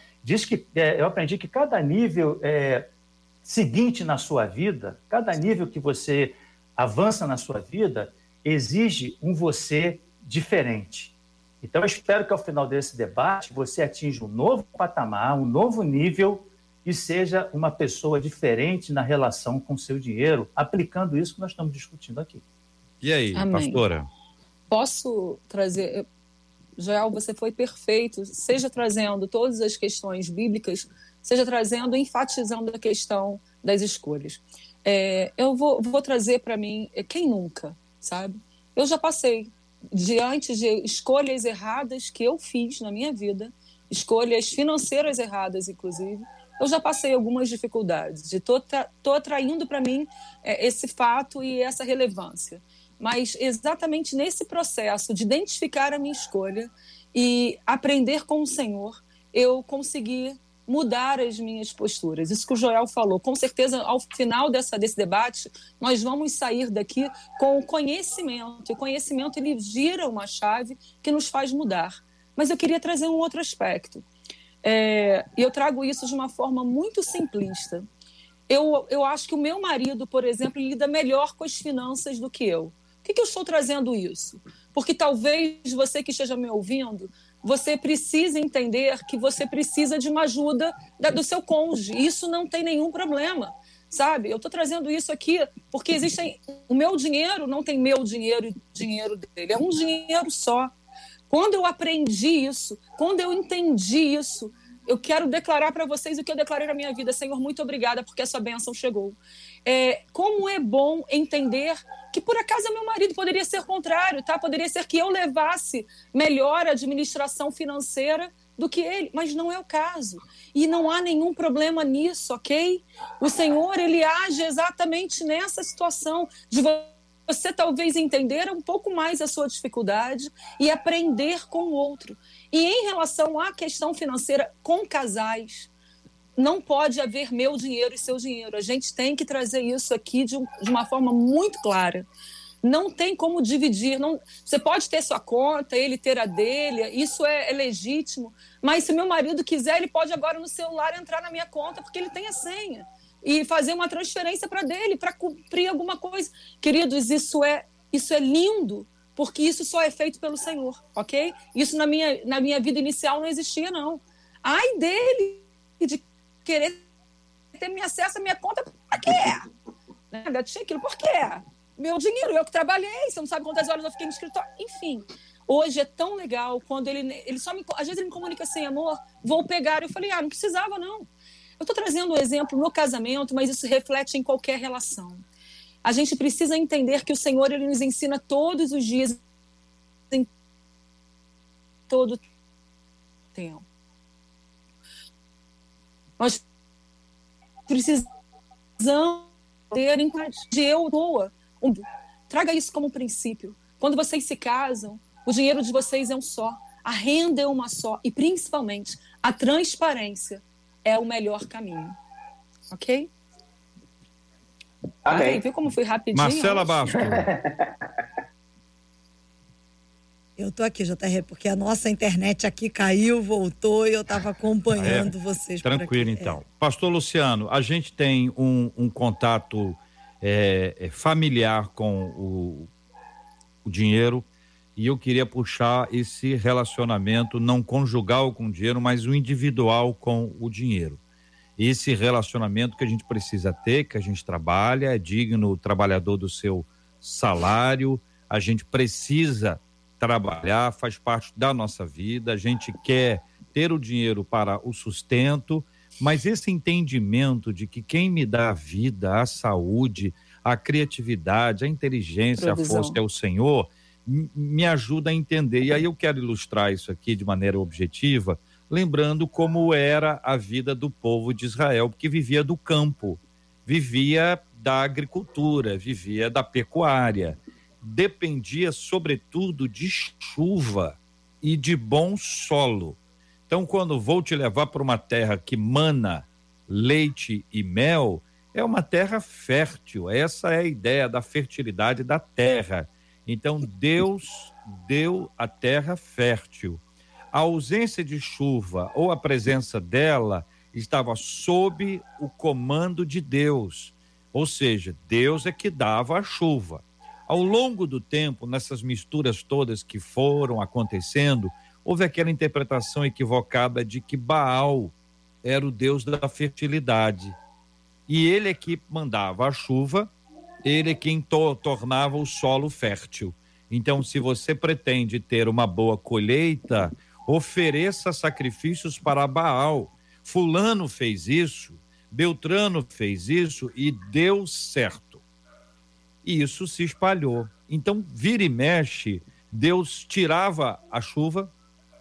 Eu aprendi que cada nível seguinte na sua vida, cada nível que você avança na sua vida, exige um você diferente. Então, eu espero que ao final desse debate você atinja um novo patamar, um novo nível e seja uma pessoa diferente na relação com o seu dinheiro, aplicando isso que nós estamos discutindo aqui. E aí, Amém. Pastora? Posso trazer... Joel, você foi perfeito, seja trazendo todas as questões bíblicas, seja trazendo, enfatizando a questão das escolhas. Eu vou trazer para mim, quem nunca, sabe? Eu já passei diante de escolhas erradas que eu fiz na minha vida, escolhas financeiras erradas, inclusive, eu já passei algumas dificuldades. Estou atraindo para mim esse fato e essa relevância. Mas exatamente nesse processo de identificar a minha escolha e aprender com o Senhor, eu consegui mudar as minhas posturas. Isso que o Joel falou. Com certeza, ao final desse debate, nós vamos sair daqui com o conhecimento. E o conhecimento, ele gira uma chave que nos faz mudar. Mas eu queria trazer um outro aspecto. E eu trago isso de uma forma muito simplista. Eu acho que o meu marido, por exemplo, lida melhor com as finanças do que eu. Por que eu estou trazendo isso? Porque talvez você que esteja me ouvindo, você precisa entender que você precisa de uma ajuda do seu cônjuge. Isso não tem nenhum problema. sabe? Eu estou trazendo isso aqui porque o meu dinheiro não tem meu dinheiro e o dinheiro dele, é um dinheiro só. Quando eu aprendi isso, quando eu entendi isso, eu quero declarar para vocês o que eu declarei na minha vida. Senhor, muito obrigada porque essa bênção chegou. Como é bom entender que por acaso meu marido poderia ser contrário, tá? Poderia ser que eu levasse melhor a administração financeira do que ele, mas não é o caso. E não há nenhum problema nisso, ok? O Senhor, ele age exatamente nessa situação de você talvez entender um pouco mais a sua dificuldade e aprender com o outro. E em relação à questão financeira com casais, não pode haver meu dinheiro e seu dinheiro. A gente tem que trazer isso aqui de uma forma muito clara. Não tem como dividir. Você pode ter sua conta, ele ter a dele, isso é legítimo. Mas se meu marido quiser, ele pode agora no celular entrar na minha conta, porque ele tem a senha, e fazer uma transferência para dele, para cumprir alguma coisa. Queridos, isso é lindo, porque isso só é feito pelo Senhor, ok? Isso na minha vida inicial não existia, não. Ai dele de querer ter acesso à minha conta, para quê? Gatinho, aquilo, por quê? Meu dinheiro, eu que trabalhei, você não sabe quantas horas eu fiquei no escritório. Enfim, hoje é tão legal quando ele só às vezes ele me comunica assim, amor, vou pegar. Eu falei, não precisava, não. Eu estou trazendo um exemplo no casamento, mas isso reflete em qualquer relação. A gente precisa entender que o Senhor, ele nos ensina todos os dias, em todo tempo. Nós precisamos ter de eu doa. Traga isso como princípio. Quando vocês se casam, o dinheiro de vocês é um só, a renda é uma só e, principalmente, a transparência é o melhor caminho. Ok? Amém. Viu como foi rapidinho? Marcela Bastos. Eu tô aqui, JR, porque a nossa internet aqui caiu, voltou e eu estava acompanhando vocês. Tranquilo, então. Pastor Luciano, a gente tem um contato familiar com o dinheiro, e eu queria puxar esse relacionamento não conjugal com o dinheiro, mas o individual com o dinheiro. Esse relacionamento que a gente precisa ter, que a gente trabalha, é digno trabalhador do seu salário, a gente precisa trabalhar, faz parte da nossa vida, a gente quer ter o dinheiro para o sustento, mas esse entendimento de que quem me dá a vida, a saúde, a criatividade, a inteligência, a força é o Senhor, me ajuda a entender. E aí eu quero ilustrar isso aqui de maneira objetiva, lembrando como era a vida do povo de Israel, porque vivia do campo, vivia da agricultura, vivia da pecuária, dependia sobretudo de chuva e de bom solo. Então, quando vou te levar para uma terra que mana leite e mel, é uma terra fértil. Essa é a ideia da fertilidade da terra. Então, Deus deu a terra fértil. A ausência de chuva ou a presença dela estava sob o comando de Deus. Ou seja, Deus é que dava a chuva. Ao longo do tempo, nessas misturas todas que foram acontecendo, houve aquela interpretação equivocada de que Baal era o Deus da fertilidade. E ele é que mandava a chuva, ele é quem tornava o solo fértil. Então, se você pretende ter uma boa colheita, ofereça sacrifícios para Baal. Fulano fez isso, Beltrano fez isso e deu certo. E isso se espalhou. Então, vira e mexe, Deus tirava a chuva,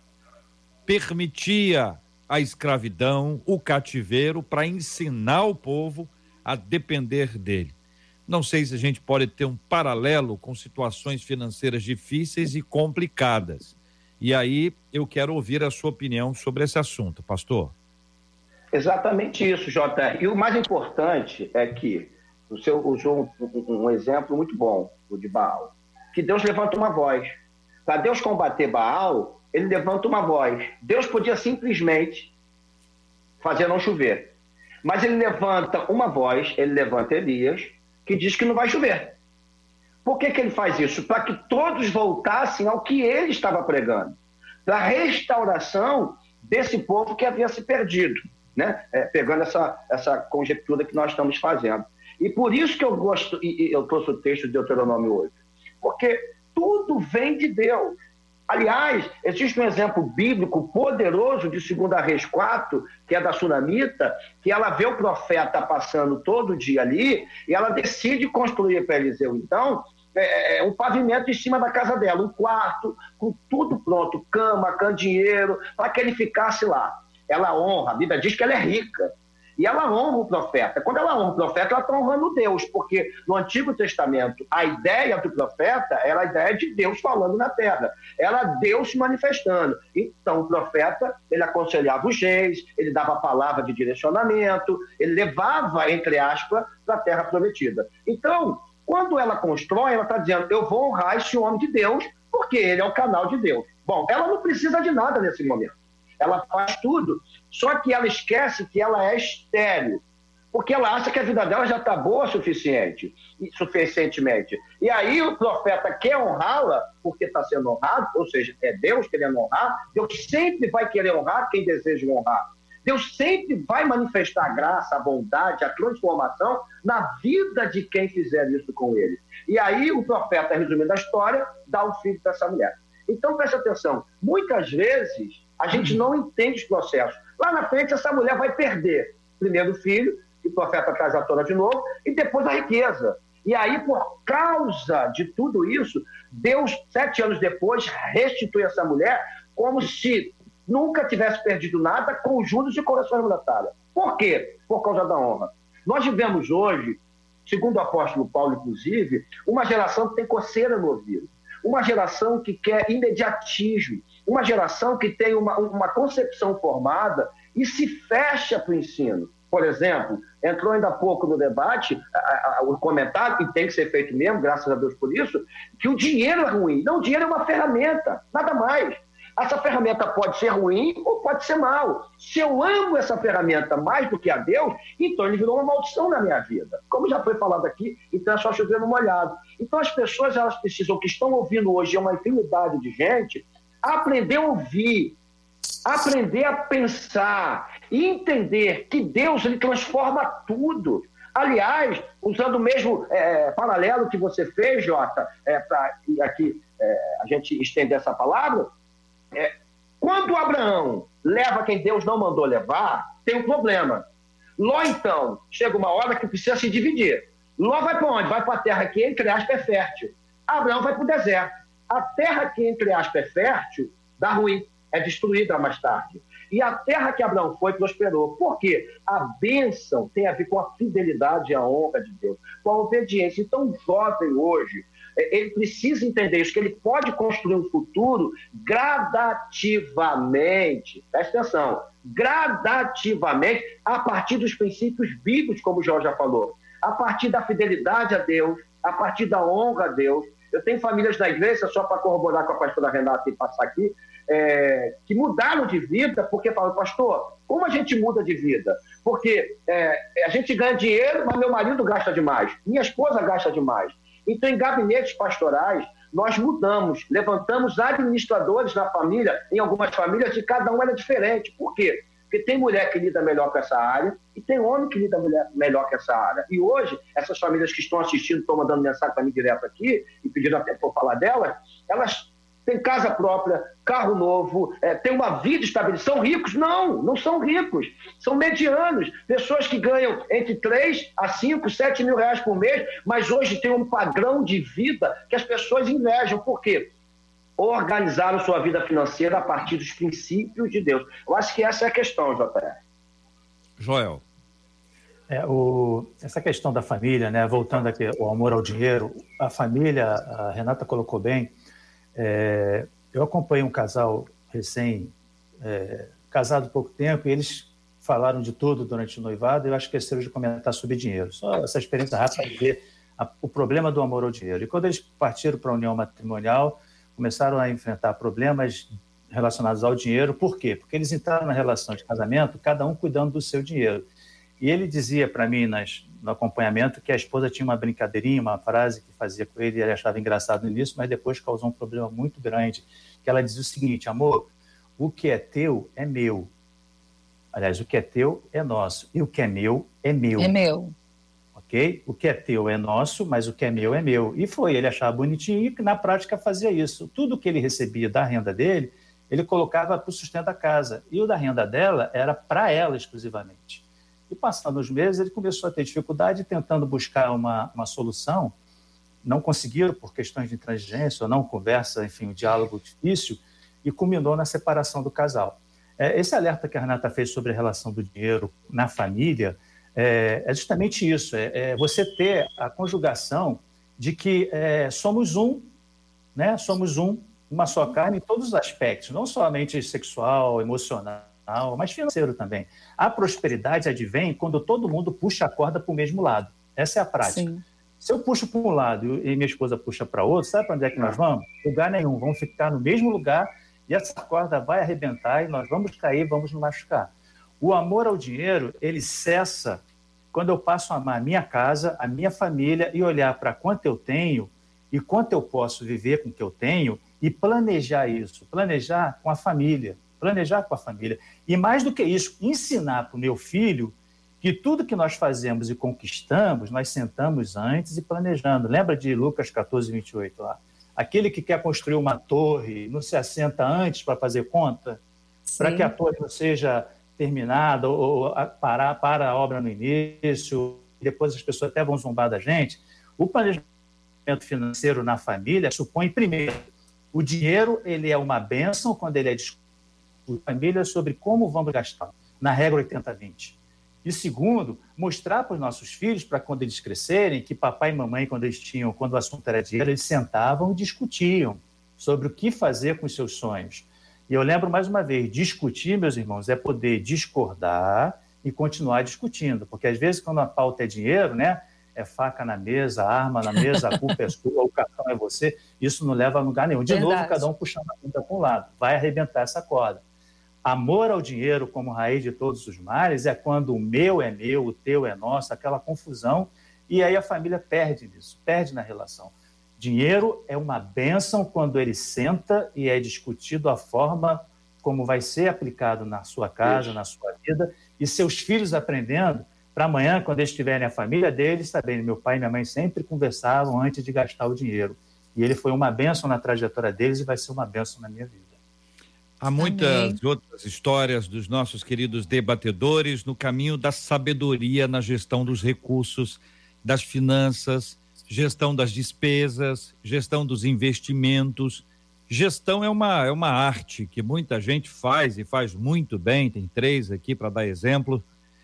permitia a escravidão, o cativeiro, para ensinar o povo a depender dele. Não sei se a gente pode ter um paralelo com situações financeiras difíceis e complicadas. E aí eu quero ouvir a sua opinião sobre esse assunto, pastor. Exatamente isso, JR. E o mais importante é que o senhor usou um exemplo muito bom, o de Baal, que Deus levanta uma voz. Para Deus combater Baal, ele levanta uma voz. Deus podia simplesmente fazer não chover. Mas ele levanta uma voz, ele levanta Elias, que diz que não vai chover. Por que ele faz isso? Para que todos voltassem ao que ele estava pregando. Para a restauração desse povo que havia se perdido. né? Pegando essa conjectura que nós estamos fazendo. E por isso que eu gosto, e eu trouxe o texto de Deuteronômio 8, porque tudo vem de Deus. Aliás, existe um exemplo bíblico poderoso de 2 Reis 4, que é da Sunamita, que ela vê o profeta passando todo dia ali, e ela decide construir para Eliseu, então, um pavimento em cima da casa dela, um quarto, com tudo pronto, cama, candeeiro, para que ele ficasse lá. Ela honra, a Bíblia diz que ela é rica, e ela honra o profeta. Quando ela honra o profeta, ela está honrando Deus, porque no Antigo Testamento, a ideia do profeta era a ideia de Deus falando na terra. Era Deus se manifestando. Então, o profeta, ele aconselhava os reis, ele dava a palavra de direcionamento, ele levava, entre aspas, para a terra prometida. Então, quando ela constrói, ela está dizendo, eu vou honrar esse homem de Deus, porque ele é o canal de Deus. Bom, ela não precisa de nada nesse momento. Ela faz tudo, só que ela esquece que ela é estéril, porque ela acha que a vida dela já está boa suficientemente. E aí o profeta quer honrá-la, porque está sendo honrado, ou seja, é Deus querendo honrar. Deus sempre vai querer honrar quem deseja honrar. Deus sempre vai manifestar a graça, a bondade, a transformação na vida de quem fizer isso com ele. E aí o profeta, resumindo a história, dá o filho para essa mulher. Então, preste atenção, muitas vezes a gente não entende os processos. Lá na frente, essa mulher vai perder primeiro o filho, que o profeta traz à tona de novo, e depois a riqueza. E aí, por causa de tudo isso, Deus, 7 anos depois, restitui essa mulher como se nunca tivesse perdido nada, com juros e correções monetárias. Por quê? Por causa da honra. Nós vivemos hoje, segundo o apóstolo Paulo, inclusive, uma geração que tem coceira no ouvido. Uma geração que quer imediatismo, uma geração que tem uma concepção formada e se fecha para o ensino. Por exemplo, entrou ainda há pouco no debate o comentário, e tem que ser feito mesmo, graças a Deus por isso, que o dinheiro é ruim. Não, o dinheiro é uma ferramenta, nada mais. Essa ferramenta pode ser ruim ou pode ser mal. Se eu amo essa ferramenta mais do que a Deus, então ele virou uma maldição na minha vida. Como já foi falado aqui, então é só chover no molhado. Então as pessoas, elas precisam, que estão ouvindo hoje, é uma infinidade de gente, aprender a ouvir, aprender a pensar e entender que Deus, ele transforma tudo. Aliás, usando o mesmo paralelo que você fez, Jota, para aqui a gente estender essa palavra, quando Abraão leva quem Deus não mandou levar, tem um problema. Ló, então, chega uma hora que precisa se dividir. Ló vai para onde? Vai para a terra que, entre aspas, é fértil. Abraão vai para o deserto. A terra que, entre aspas, é fértil, dá ruim, é destruída mais tarde. E a terra que Abraão foi, prosperou. Por quê? A bênção tem a ver com a fidelidade e a honra de Deus, com a obediência. Então, o jovem hoje, ele precisa entender isso, que ele pode construir um futuro gradativamente, presta atenção, gradativamente, a partir dos princípios bíblicos, como o Jorge já falou, a partir da fidelidade a Deus, a partir da honra a Deus. Eu tenho famílias da igreja, só para corroborar com a pastora Renata e passar aqui, que mudaram de vida porque falaram, pastor, como a gente muda de vida? Porque a gente ganha dinheiro, mas meu marido gasta demais, minha esposa gasta demais. Então, em gabinetes pastorais, nós mudamos, levantamos administradores na família, em algumas famílias, e cada um era diferente. Por quê? Porque tem mulher que lida melhor com essa área e tem homem que lida melhor com essa área. E hoje, essas famílias que estão assistindo, estão mandando mensagem para mim direto aqui, e pedindo até para eu falar delas, elas têm casa própria, carro novo, têm uma vida estabelecida. São ricos? Não, não são ricos. São medianos. Pessoas que ganham entre 3 a 5, 7 mil reais por mês, mas hoje tem um padrão de vida que as pessoas invejam. Por quê? Organizaram sua vida financeira a partir dos princípios de Deus. Eu acho que essa é a questão, JR. Joel. Essa questão da família, né? Voltando aqui ao amor ao dinheiro, a família, a Renata colocou bem, eu acompanhei um casal casado há pouco tempo, e eles falaram de tudo durante o noivado, e eu acho que esqueceram de comentar sobre dinheiro. Só essa experiência rápida de ver o problema do amor ao dinheiro. E quando eles partiram para a união matrimonial, começaram a enfrentar problemas relacionados ao dinheiro. Por quê? Porque eles entraram na relação de casamento, cada um cuidando do seu dinheiro. E ele dizia para mim no acompanhamento que a esposa tinha uma brincadeirinha, uma frase que fazia com ele, e ele achava engraçado no início, mas depois causou um problema muito grande, que ela dizia o seguinte: amor, o que é teu é meu. Aliás, o que é teu é nosso, e o que é meu é meu. É meu. Ok? O que é teu é nosso, mas o que é meu. E ele achava bonitinho e na prática fazia isso. Tudo que ele recebia da renda dele, ele colocava para o sustento da casa. E o da renda dela era para ela exclusivamente. E passando os meses, ele começou a ter dificuldade tentando buscar uma solução. Não conseguiram por questões de intransigência ou não conversa, enfim, um diálogo difícil, e culminou na separação do casal. Esse alerta que a Renata fez sobre a relação do dinheiro na família é justamente isso, você ter a conjugação de que somos né? Somos uma só carne em todos os aspectos, não somente sexual, emocional, mas financeiro também. A prosperidade advém quando todo mundo puxa a corda para o mesmo lado. Essa é a prática. Sim. Se eu puxo para um lado e minha esposa puxa para outro, sabe para onde é que nós vamos? Lugar nenhum. Vamos ficar no mesmo lugar e essa corda vai arrebentar e nós vamos cair, vamos nos machucar. O amor ao dinheiro, ele cessa quando eu passo a amar a minha casa, a minha família e olhar para quanto eu tenho e quanto eu posso viver com o que eu tenho e planejar isso, planejar com a família. E mais do que isso, ensinar para o meu filho que tudo que nós fazemos e conquistamos, nós sentamos antes e planejando. Lembra de Lucas 14, 28 lá? Aquele que quer construir uma torre não se assenta antes para fazer conta? Para que a torre não seja terminada ou para a obra no início, depois as pessoas até vão zombar da gente. O planejamento financeiro na família supõe, primeiro, o dinheiro ele é uma bênção quando ele é discutido com a família sobre como vamos gastar, na regra 80-20. E segundo, mostrar para os nossos filhos, para quando eles crescerem, que papai e mamãe, quando o assunto era dinheiro, eles sentavam e discutiam sobre o que fazer com os seus sonhos. E eu lembro mais uma vez, discutir, meus irmãos, é poder discordar e continuar discutindo, porque às vezes quando a pauta é dinheiro, né, é faca na mesa, arma na mesa, a culpa é sua, o cartão é você, isso não leva a lugar nenhum. De novo, cada um puxando a conta para um lado, vai arrebentar essa corda. Amor ao dinheiro como raiz de todos os males é quando o meu é meu, o teu é nosso, aquela confusão, e aí a família perde nisso, perde na relação. Dinheiro é uma bênção quando ele senta e é discutido a forma como vai ser aplicado na sua casa, na sua vida, e seus filhos aprendendo para amanhã, quando eles tiverem a família deles, sabendo, meu pai e minha mãe sempre conversavam antes de gastar o dinheiro. E ele foi uma bênção na trajetória deles e vai ser uma bênção na minha vida. Há muitas outras histórias dos nossos queridos debatedores no caminho da sabedoria na gestão dos recursos, das finanças, gestão das despesas, gestão dos investimentos. Gestão é uma arte que muita gente faz e faz muito bem, tem 3 aqui para dar exemplo,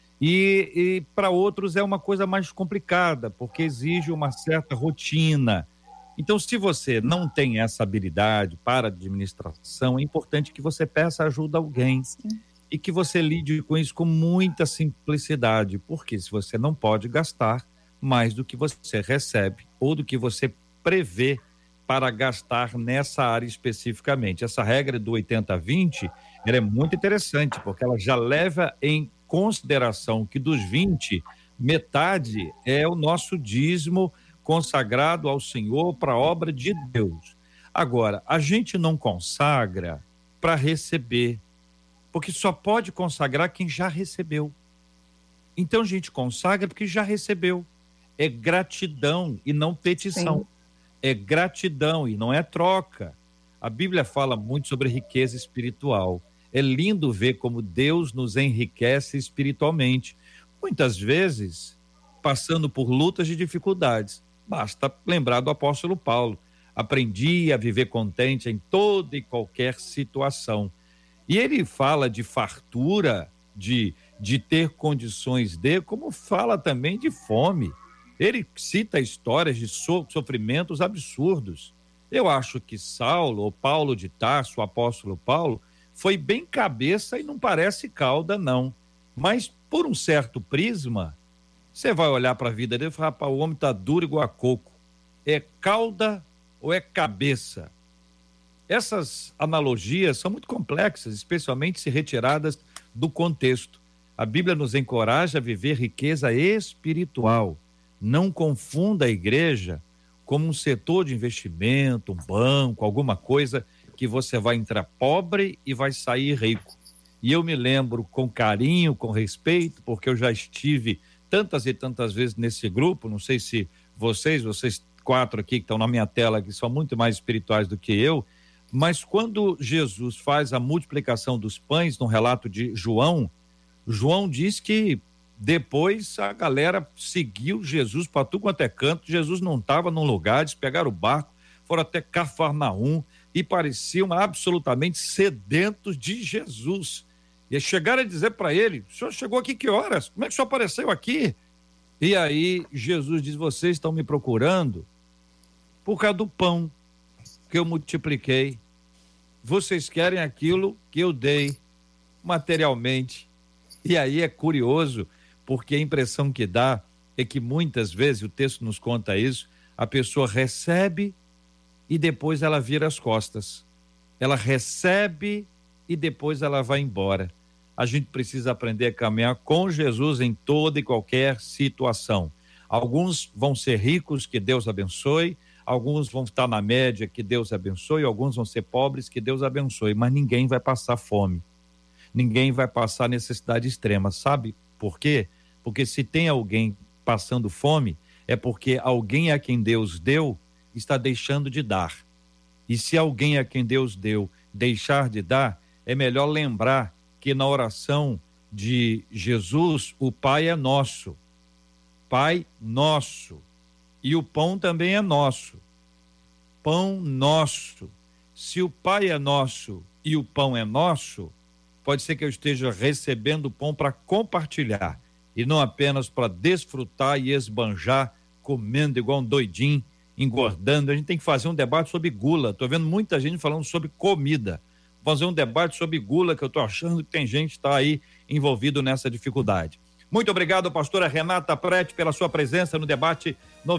e para outros é uma coisa mais complicada, porque exige uma certa rotina. Então, se você não tem essa habilidade para administração, é importante que você peça ajuda a alguém. Sim. E que você lide com isso com muita simplicidade, porque se você não pode gastar mais do que você recebe ou do que você prevê para gastar nessa área especificamente. Essa regra do 80-20, ela é muito interessante, porque ela já leva em consideração que dos 20, metade é o nosso dízimo consagrado ao Senhor para a obra de Deus. Agora, a gente não consagra para receber, porque só pode consagrar quem já recebeu. Então a gente consagra porque já recebeu. É gratidão e não petição. Sim. É gratidão e não é troca. A Bíblia fala muito sobre riqueza espiritual. É lindo ver como Deus nos enriquece espiritualmente. Muitas vezes, passando por lutas e dificuldades. Basta lembrar do apóstolo Paulo. Aprendi a viver contente em toda e qualquer situação. E ele fala de fartura, de ter condições como fala também de fome. Ele cita histórias de sofrimentos absurdos. Eu acho que Saulo, ou Paulo de Tarso, o apóstolo Paulo, foi bem cabeça e não parece cauda, não. Mas, por um certo prisma, você vai olhar para a vida dele e falar, rapaz, o homem está duro igual a coco. É cauda ou é cabeça? Essas analogias são muito complexas, especialmente se retiradas do contexto. A Bíblia nos encoraja a viver riqueza espiritual. Não confunda a igreja como um setor de investimento, um banco, alguma coisa que você vai entrar pobre e vai sair rico. E eu me lembro com carinho, com respeito, porque eu já estive tantas e tantas vezes nesse grupo, não sei se vocês 4 aqui que estão na minha tela, que são muito mais espirituais do que eu, mas quando Jesus faz a multiplicação dos pães no relato de João diz que depois a galera seguiu Jesus para tudo quanto é canto. Jesus não estava num lugar, eles pegaram o barco, foram até Cafarnaum e pareciam absolutamente sedentos de Jesus. E chegaram a dizer para ele: o senhor chegou aqui que horas? Como é que o senhor apareceu aqui? E aí Jesus diz: vocês estão me procurando por causa do pão que eu multipliquei. Vocês querem aquilo que eu dei materialmente. E aí é curioso, porque a impressão que dá é que muitas vezes, o texto nos conta isso, a pessoa recebe e depois ela vira as costas. Ela recebe e depois ela vai embora. A gente precisa aprender a caminhar com Jesus em toda e qualquer situação. Alguns vão ser ricos, que Deus abençoe. Alguns vão estar na média, que Deus abençoe. Alguns vão ser pobres, que Deus abençoe. Mas ninguém vai passar fome. Ninguém vai passar necessidade extrema. Sabe por quê? Porque se tem alguém passando fome, é porque alguém a quem Deus deu está deixando de dar. E se alguém a quem Deus deu deixar de dar, é melhor lembrar que na oração de Jesus, o Pai é nosso. Pai nosso. E o pão também é nosso. Pão nosso. Se o Pai é nosso e o pão é nosso, pode ser que eu esteja recebendo o pão para compartilhar e não apenas para desfrutar e esbanjar, comendo igual um doidinho, engordando. A gente tem que fazer um debate sobre gula. Estou vendo muita gente falando sobre comida. Vou fazer um debate sobre gula, que eu estou achando que tem gente que está aí envolvido nessa dificuldade. Muito obrigado, pastora Renata Prete, pela sua presença no debate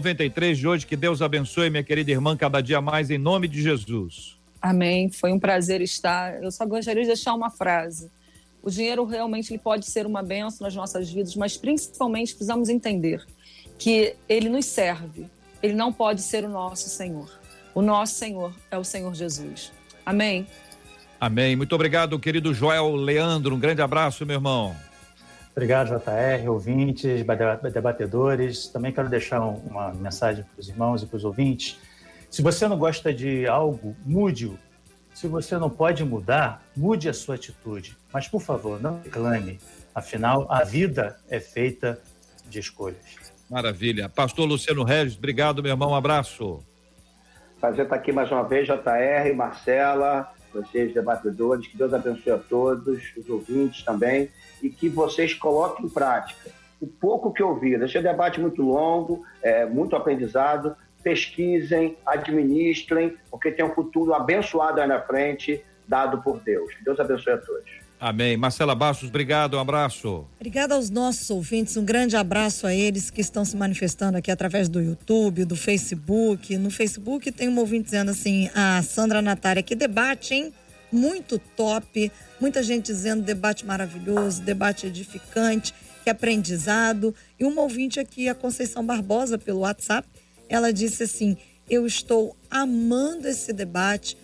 93 de hoje. Que Deus abençoe, minha querida irmã, cada dia mais, em nome de Jesus. Amém. Foi um prazer estar. Eu só gostaria de deixar uma frase. O dinheiro realmente ele pode ser uma bênção nas nossas vidas, mas principalmente precisamos entender que ele nos serve. Ele não pode ser o nosso Senhor. O nosso Senhor é o Senhor Jesus. Amém? Amém. Muito obrigado, querido Joel Leandro. Um grande abraço, meu irmão. Obrigado, JR, ouvintes, debatedores. Também quero deixar uma mensagem para os irmãos e para os ouvintes. Se você não gosta de algo, mude-o. Se você não pode mudar, mude a sua atitude. Mas, por favor, não reclame. Afinal, a vida é feita de escolhas. Maravilha. Pastor Luciano Regis, obrigado, meu irmão. Um abraço. Prazer estar aqui mais uma vez, JR, Marcela, vocês debatedores. Que Deus abençoe a todos, os ouvintes também, e que vocês coloquem em prática o pouco que ouviram. Esse é um debate muito longo, muito aprendizado. Pesquisem, administrem, porque tem um futuro abençoado aí na frente, dado por Deus. Que Deus abençoe a todos. Amém. Marcela Bastos, obrigado, um abraço. Obrigada aos nossos ouvintes, um grande abraço a eles que estão se manifestando aqui através do YouTube, do Facebook. No Facebook tem um ouvinte dizendo assim: a Sandra Natália, que debate, hein? Muito top, muita gente dizendo debate maravilhoso, debate edificante, que aprendizado. E uma ouvinte aqui, a Conceição Barbosa, pelo WhatsApp, ela disse assim: eu estou amando esse debate,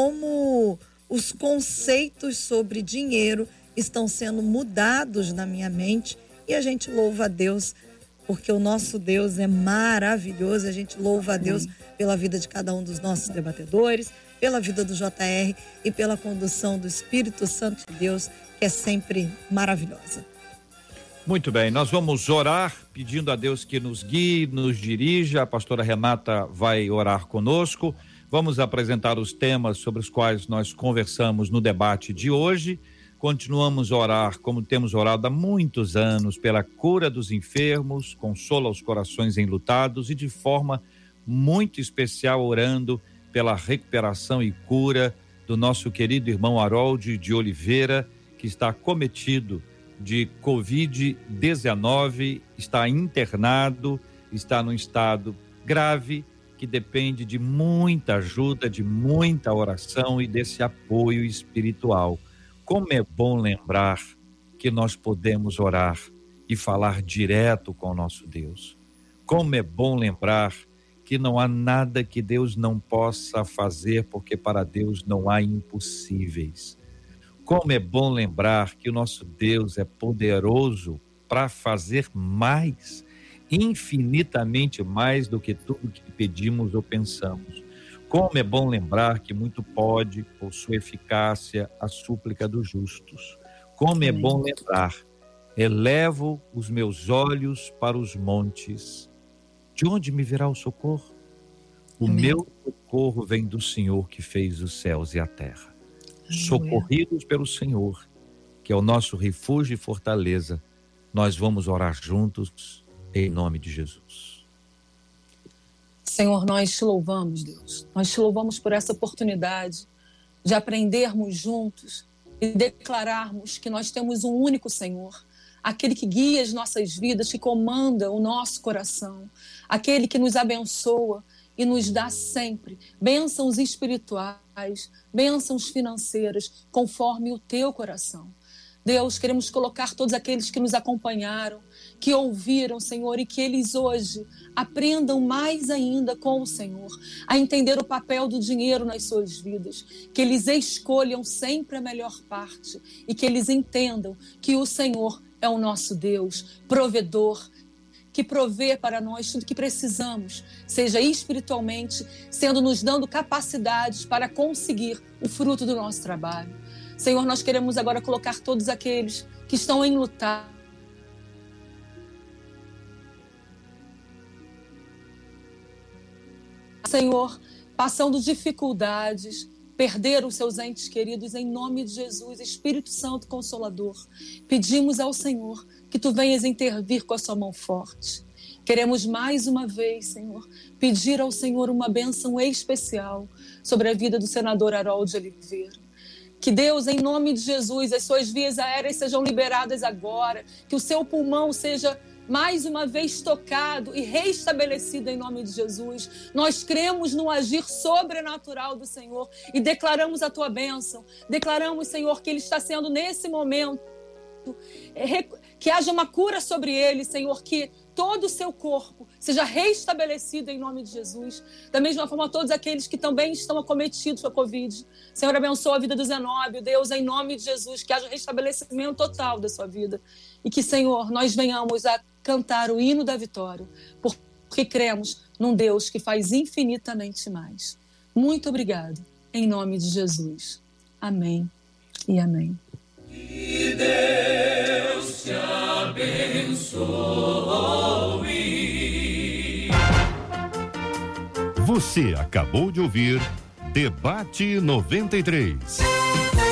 como os conceitos sobre dinheiro estão sendo mudados na minha mente, e a gente louva a Deus, porque o nosso Deus é maravilhoso. A gente louva a Deus pela vida de cada um dos nossos debatedores, pela vida do JR e pela condução do Espírito Santo de Deus, que é sempre maravilhosa. Muito bem, nós vamos orar pedindo a Deus que nos guie, nos dirija. A pastora Renata vai orar conosco. Vamos apresentar os temas sobre os quais nós conversamos no debate de hoje. Continuamos a orar como temos orado há muitos anos, pela cura dos enfermos, consola os corações enlutados e de forma muito especial orando pela recuperação e cura do nosso querido irmão Harold de Oliveira, que está acometido de Covid-19, está internado, está num estado grave, que depende de muita ajuda, de muita oração e desse apoio espiritual. Como é bom lembrar que nós podemos orar e falar direto com o nosso Deus. Como é bom lembrar que não há nada que Deus não possa fazer, porque para Deus não há impossíveis. Como é bom lembrar que o nosso Deus é poderoso para fazer mais, infinitamente mais do que tudo que pedimos ou pensamos. Como é bom lembrar que muito pode, por sua eficácia, a súplica dos justos. Como é bom lembrar, elevo os meus olhos para os montes. De onde me virá o socorro? O meu socorro vem do Senhor que fez os céus e a terra. Socorridos pelo Senhor, que é o nosso refúgio e fortaleza, nós vamos orar juntos em nome de Jesus. Senhor, nós te louvamos, Deus. Nós te louvamos por essa oportunidade de aprendermos juntos e declararmos que nós temos um único Senhor, aquele que guia as nossas vidas, que comanda o nosso coração, aquele que nos abençoa e nos dá sempre bênçãos espirituais, bênçãos financeiras, conforme o teu coração. Deus, queremos colocar todos aqueles que nos acompanharam, que ouviram, Senhor, e que eles hoje aprendam mais ainda com o Senhor, a entender o papel do dinheiro nas suas vidas, que eles escolham sempre a melhor parte e que eles entendam que o Senhor é o nosso Deus, provedor, que provê para nós tudo que precisamos, seja espiritualmente, nos dando capacidades para conseguir o fruto do nosso trabalho. Senhor, nós queremos agora colocar todos aqueles que estão enlutados, Senhor, passando dificuldades, perderam os seus entes queridos, em nome de Jesus, Espírito Santo Consolador, pedimos ao Senhor que Tu venhas intervir com a Sua mão forte. Queremos mais uma vez, Senhor, pedir ao Senhor uma bênção especial sobre a vida do senador Harold Oliveira. Que Deus, em nome de Jesus, as suas vias aéreas sejam liberadas agora, que o seu pulmão seja mais uma vez tocado e restabelecido em nome de Jesus. Nós cremos no agir sobrenatural do Senhor e declaramos a tua bênção. Declaramos, Senhor, que ele está sendo nesse momento, que haja uma cura sobre ele, Senhor, que todo o seu corpo seja restabelecido em nome de Jesus. Da mesma forma, todos aqueles que também estão acometidos com a Covid. Senhor, abençoa a vida do Zenóbio, Deus, em nome de Jesus, que haja restabelecimento total da sua vida. E que, Senhor, nós venhamos a cantar o hino da vitória, porque cremos num Deus que faz infinitamente mais. Muito obrigado, em nome de Jesus. Amém e amém. Que Deus te abençoe. Você acabou de ouvir Debate 93.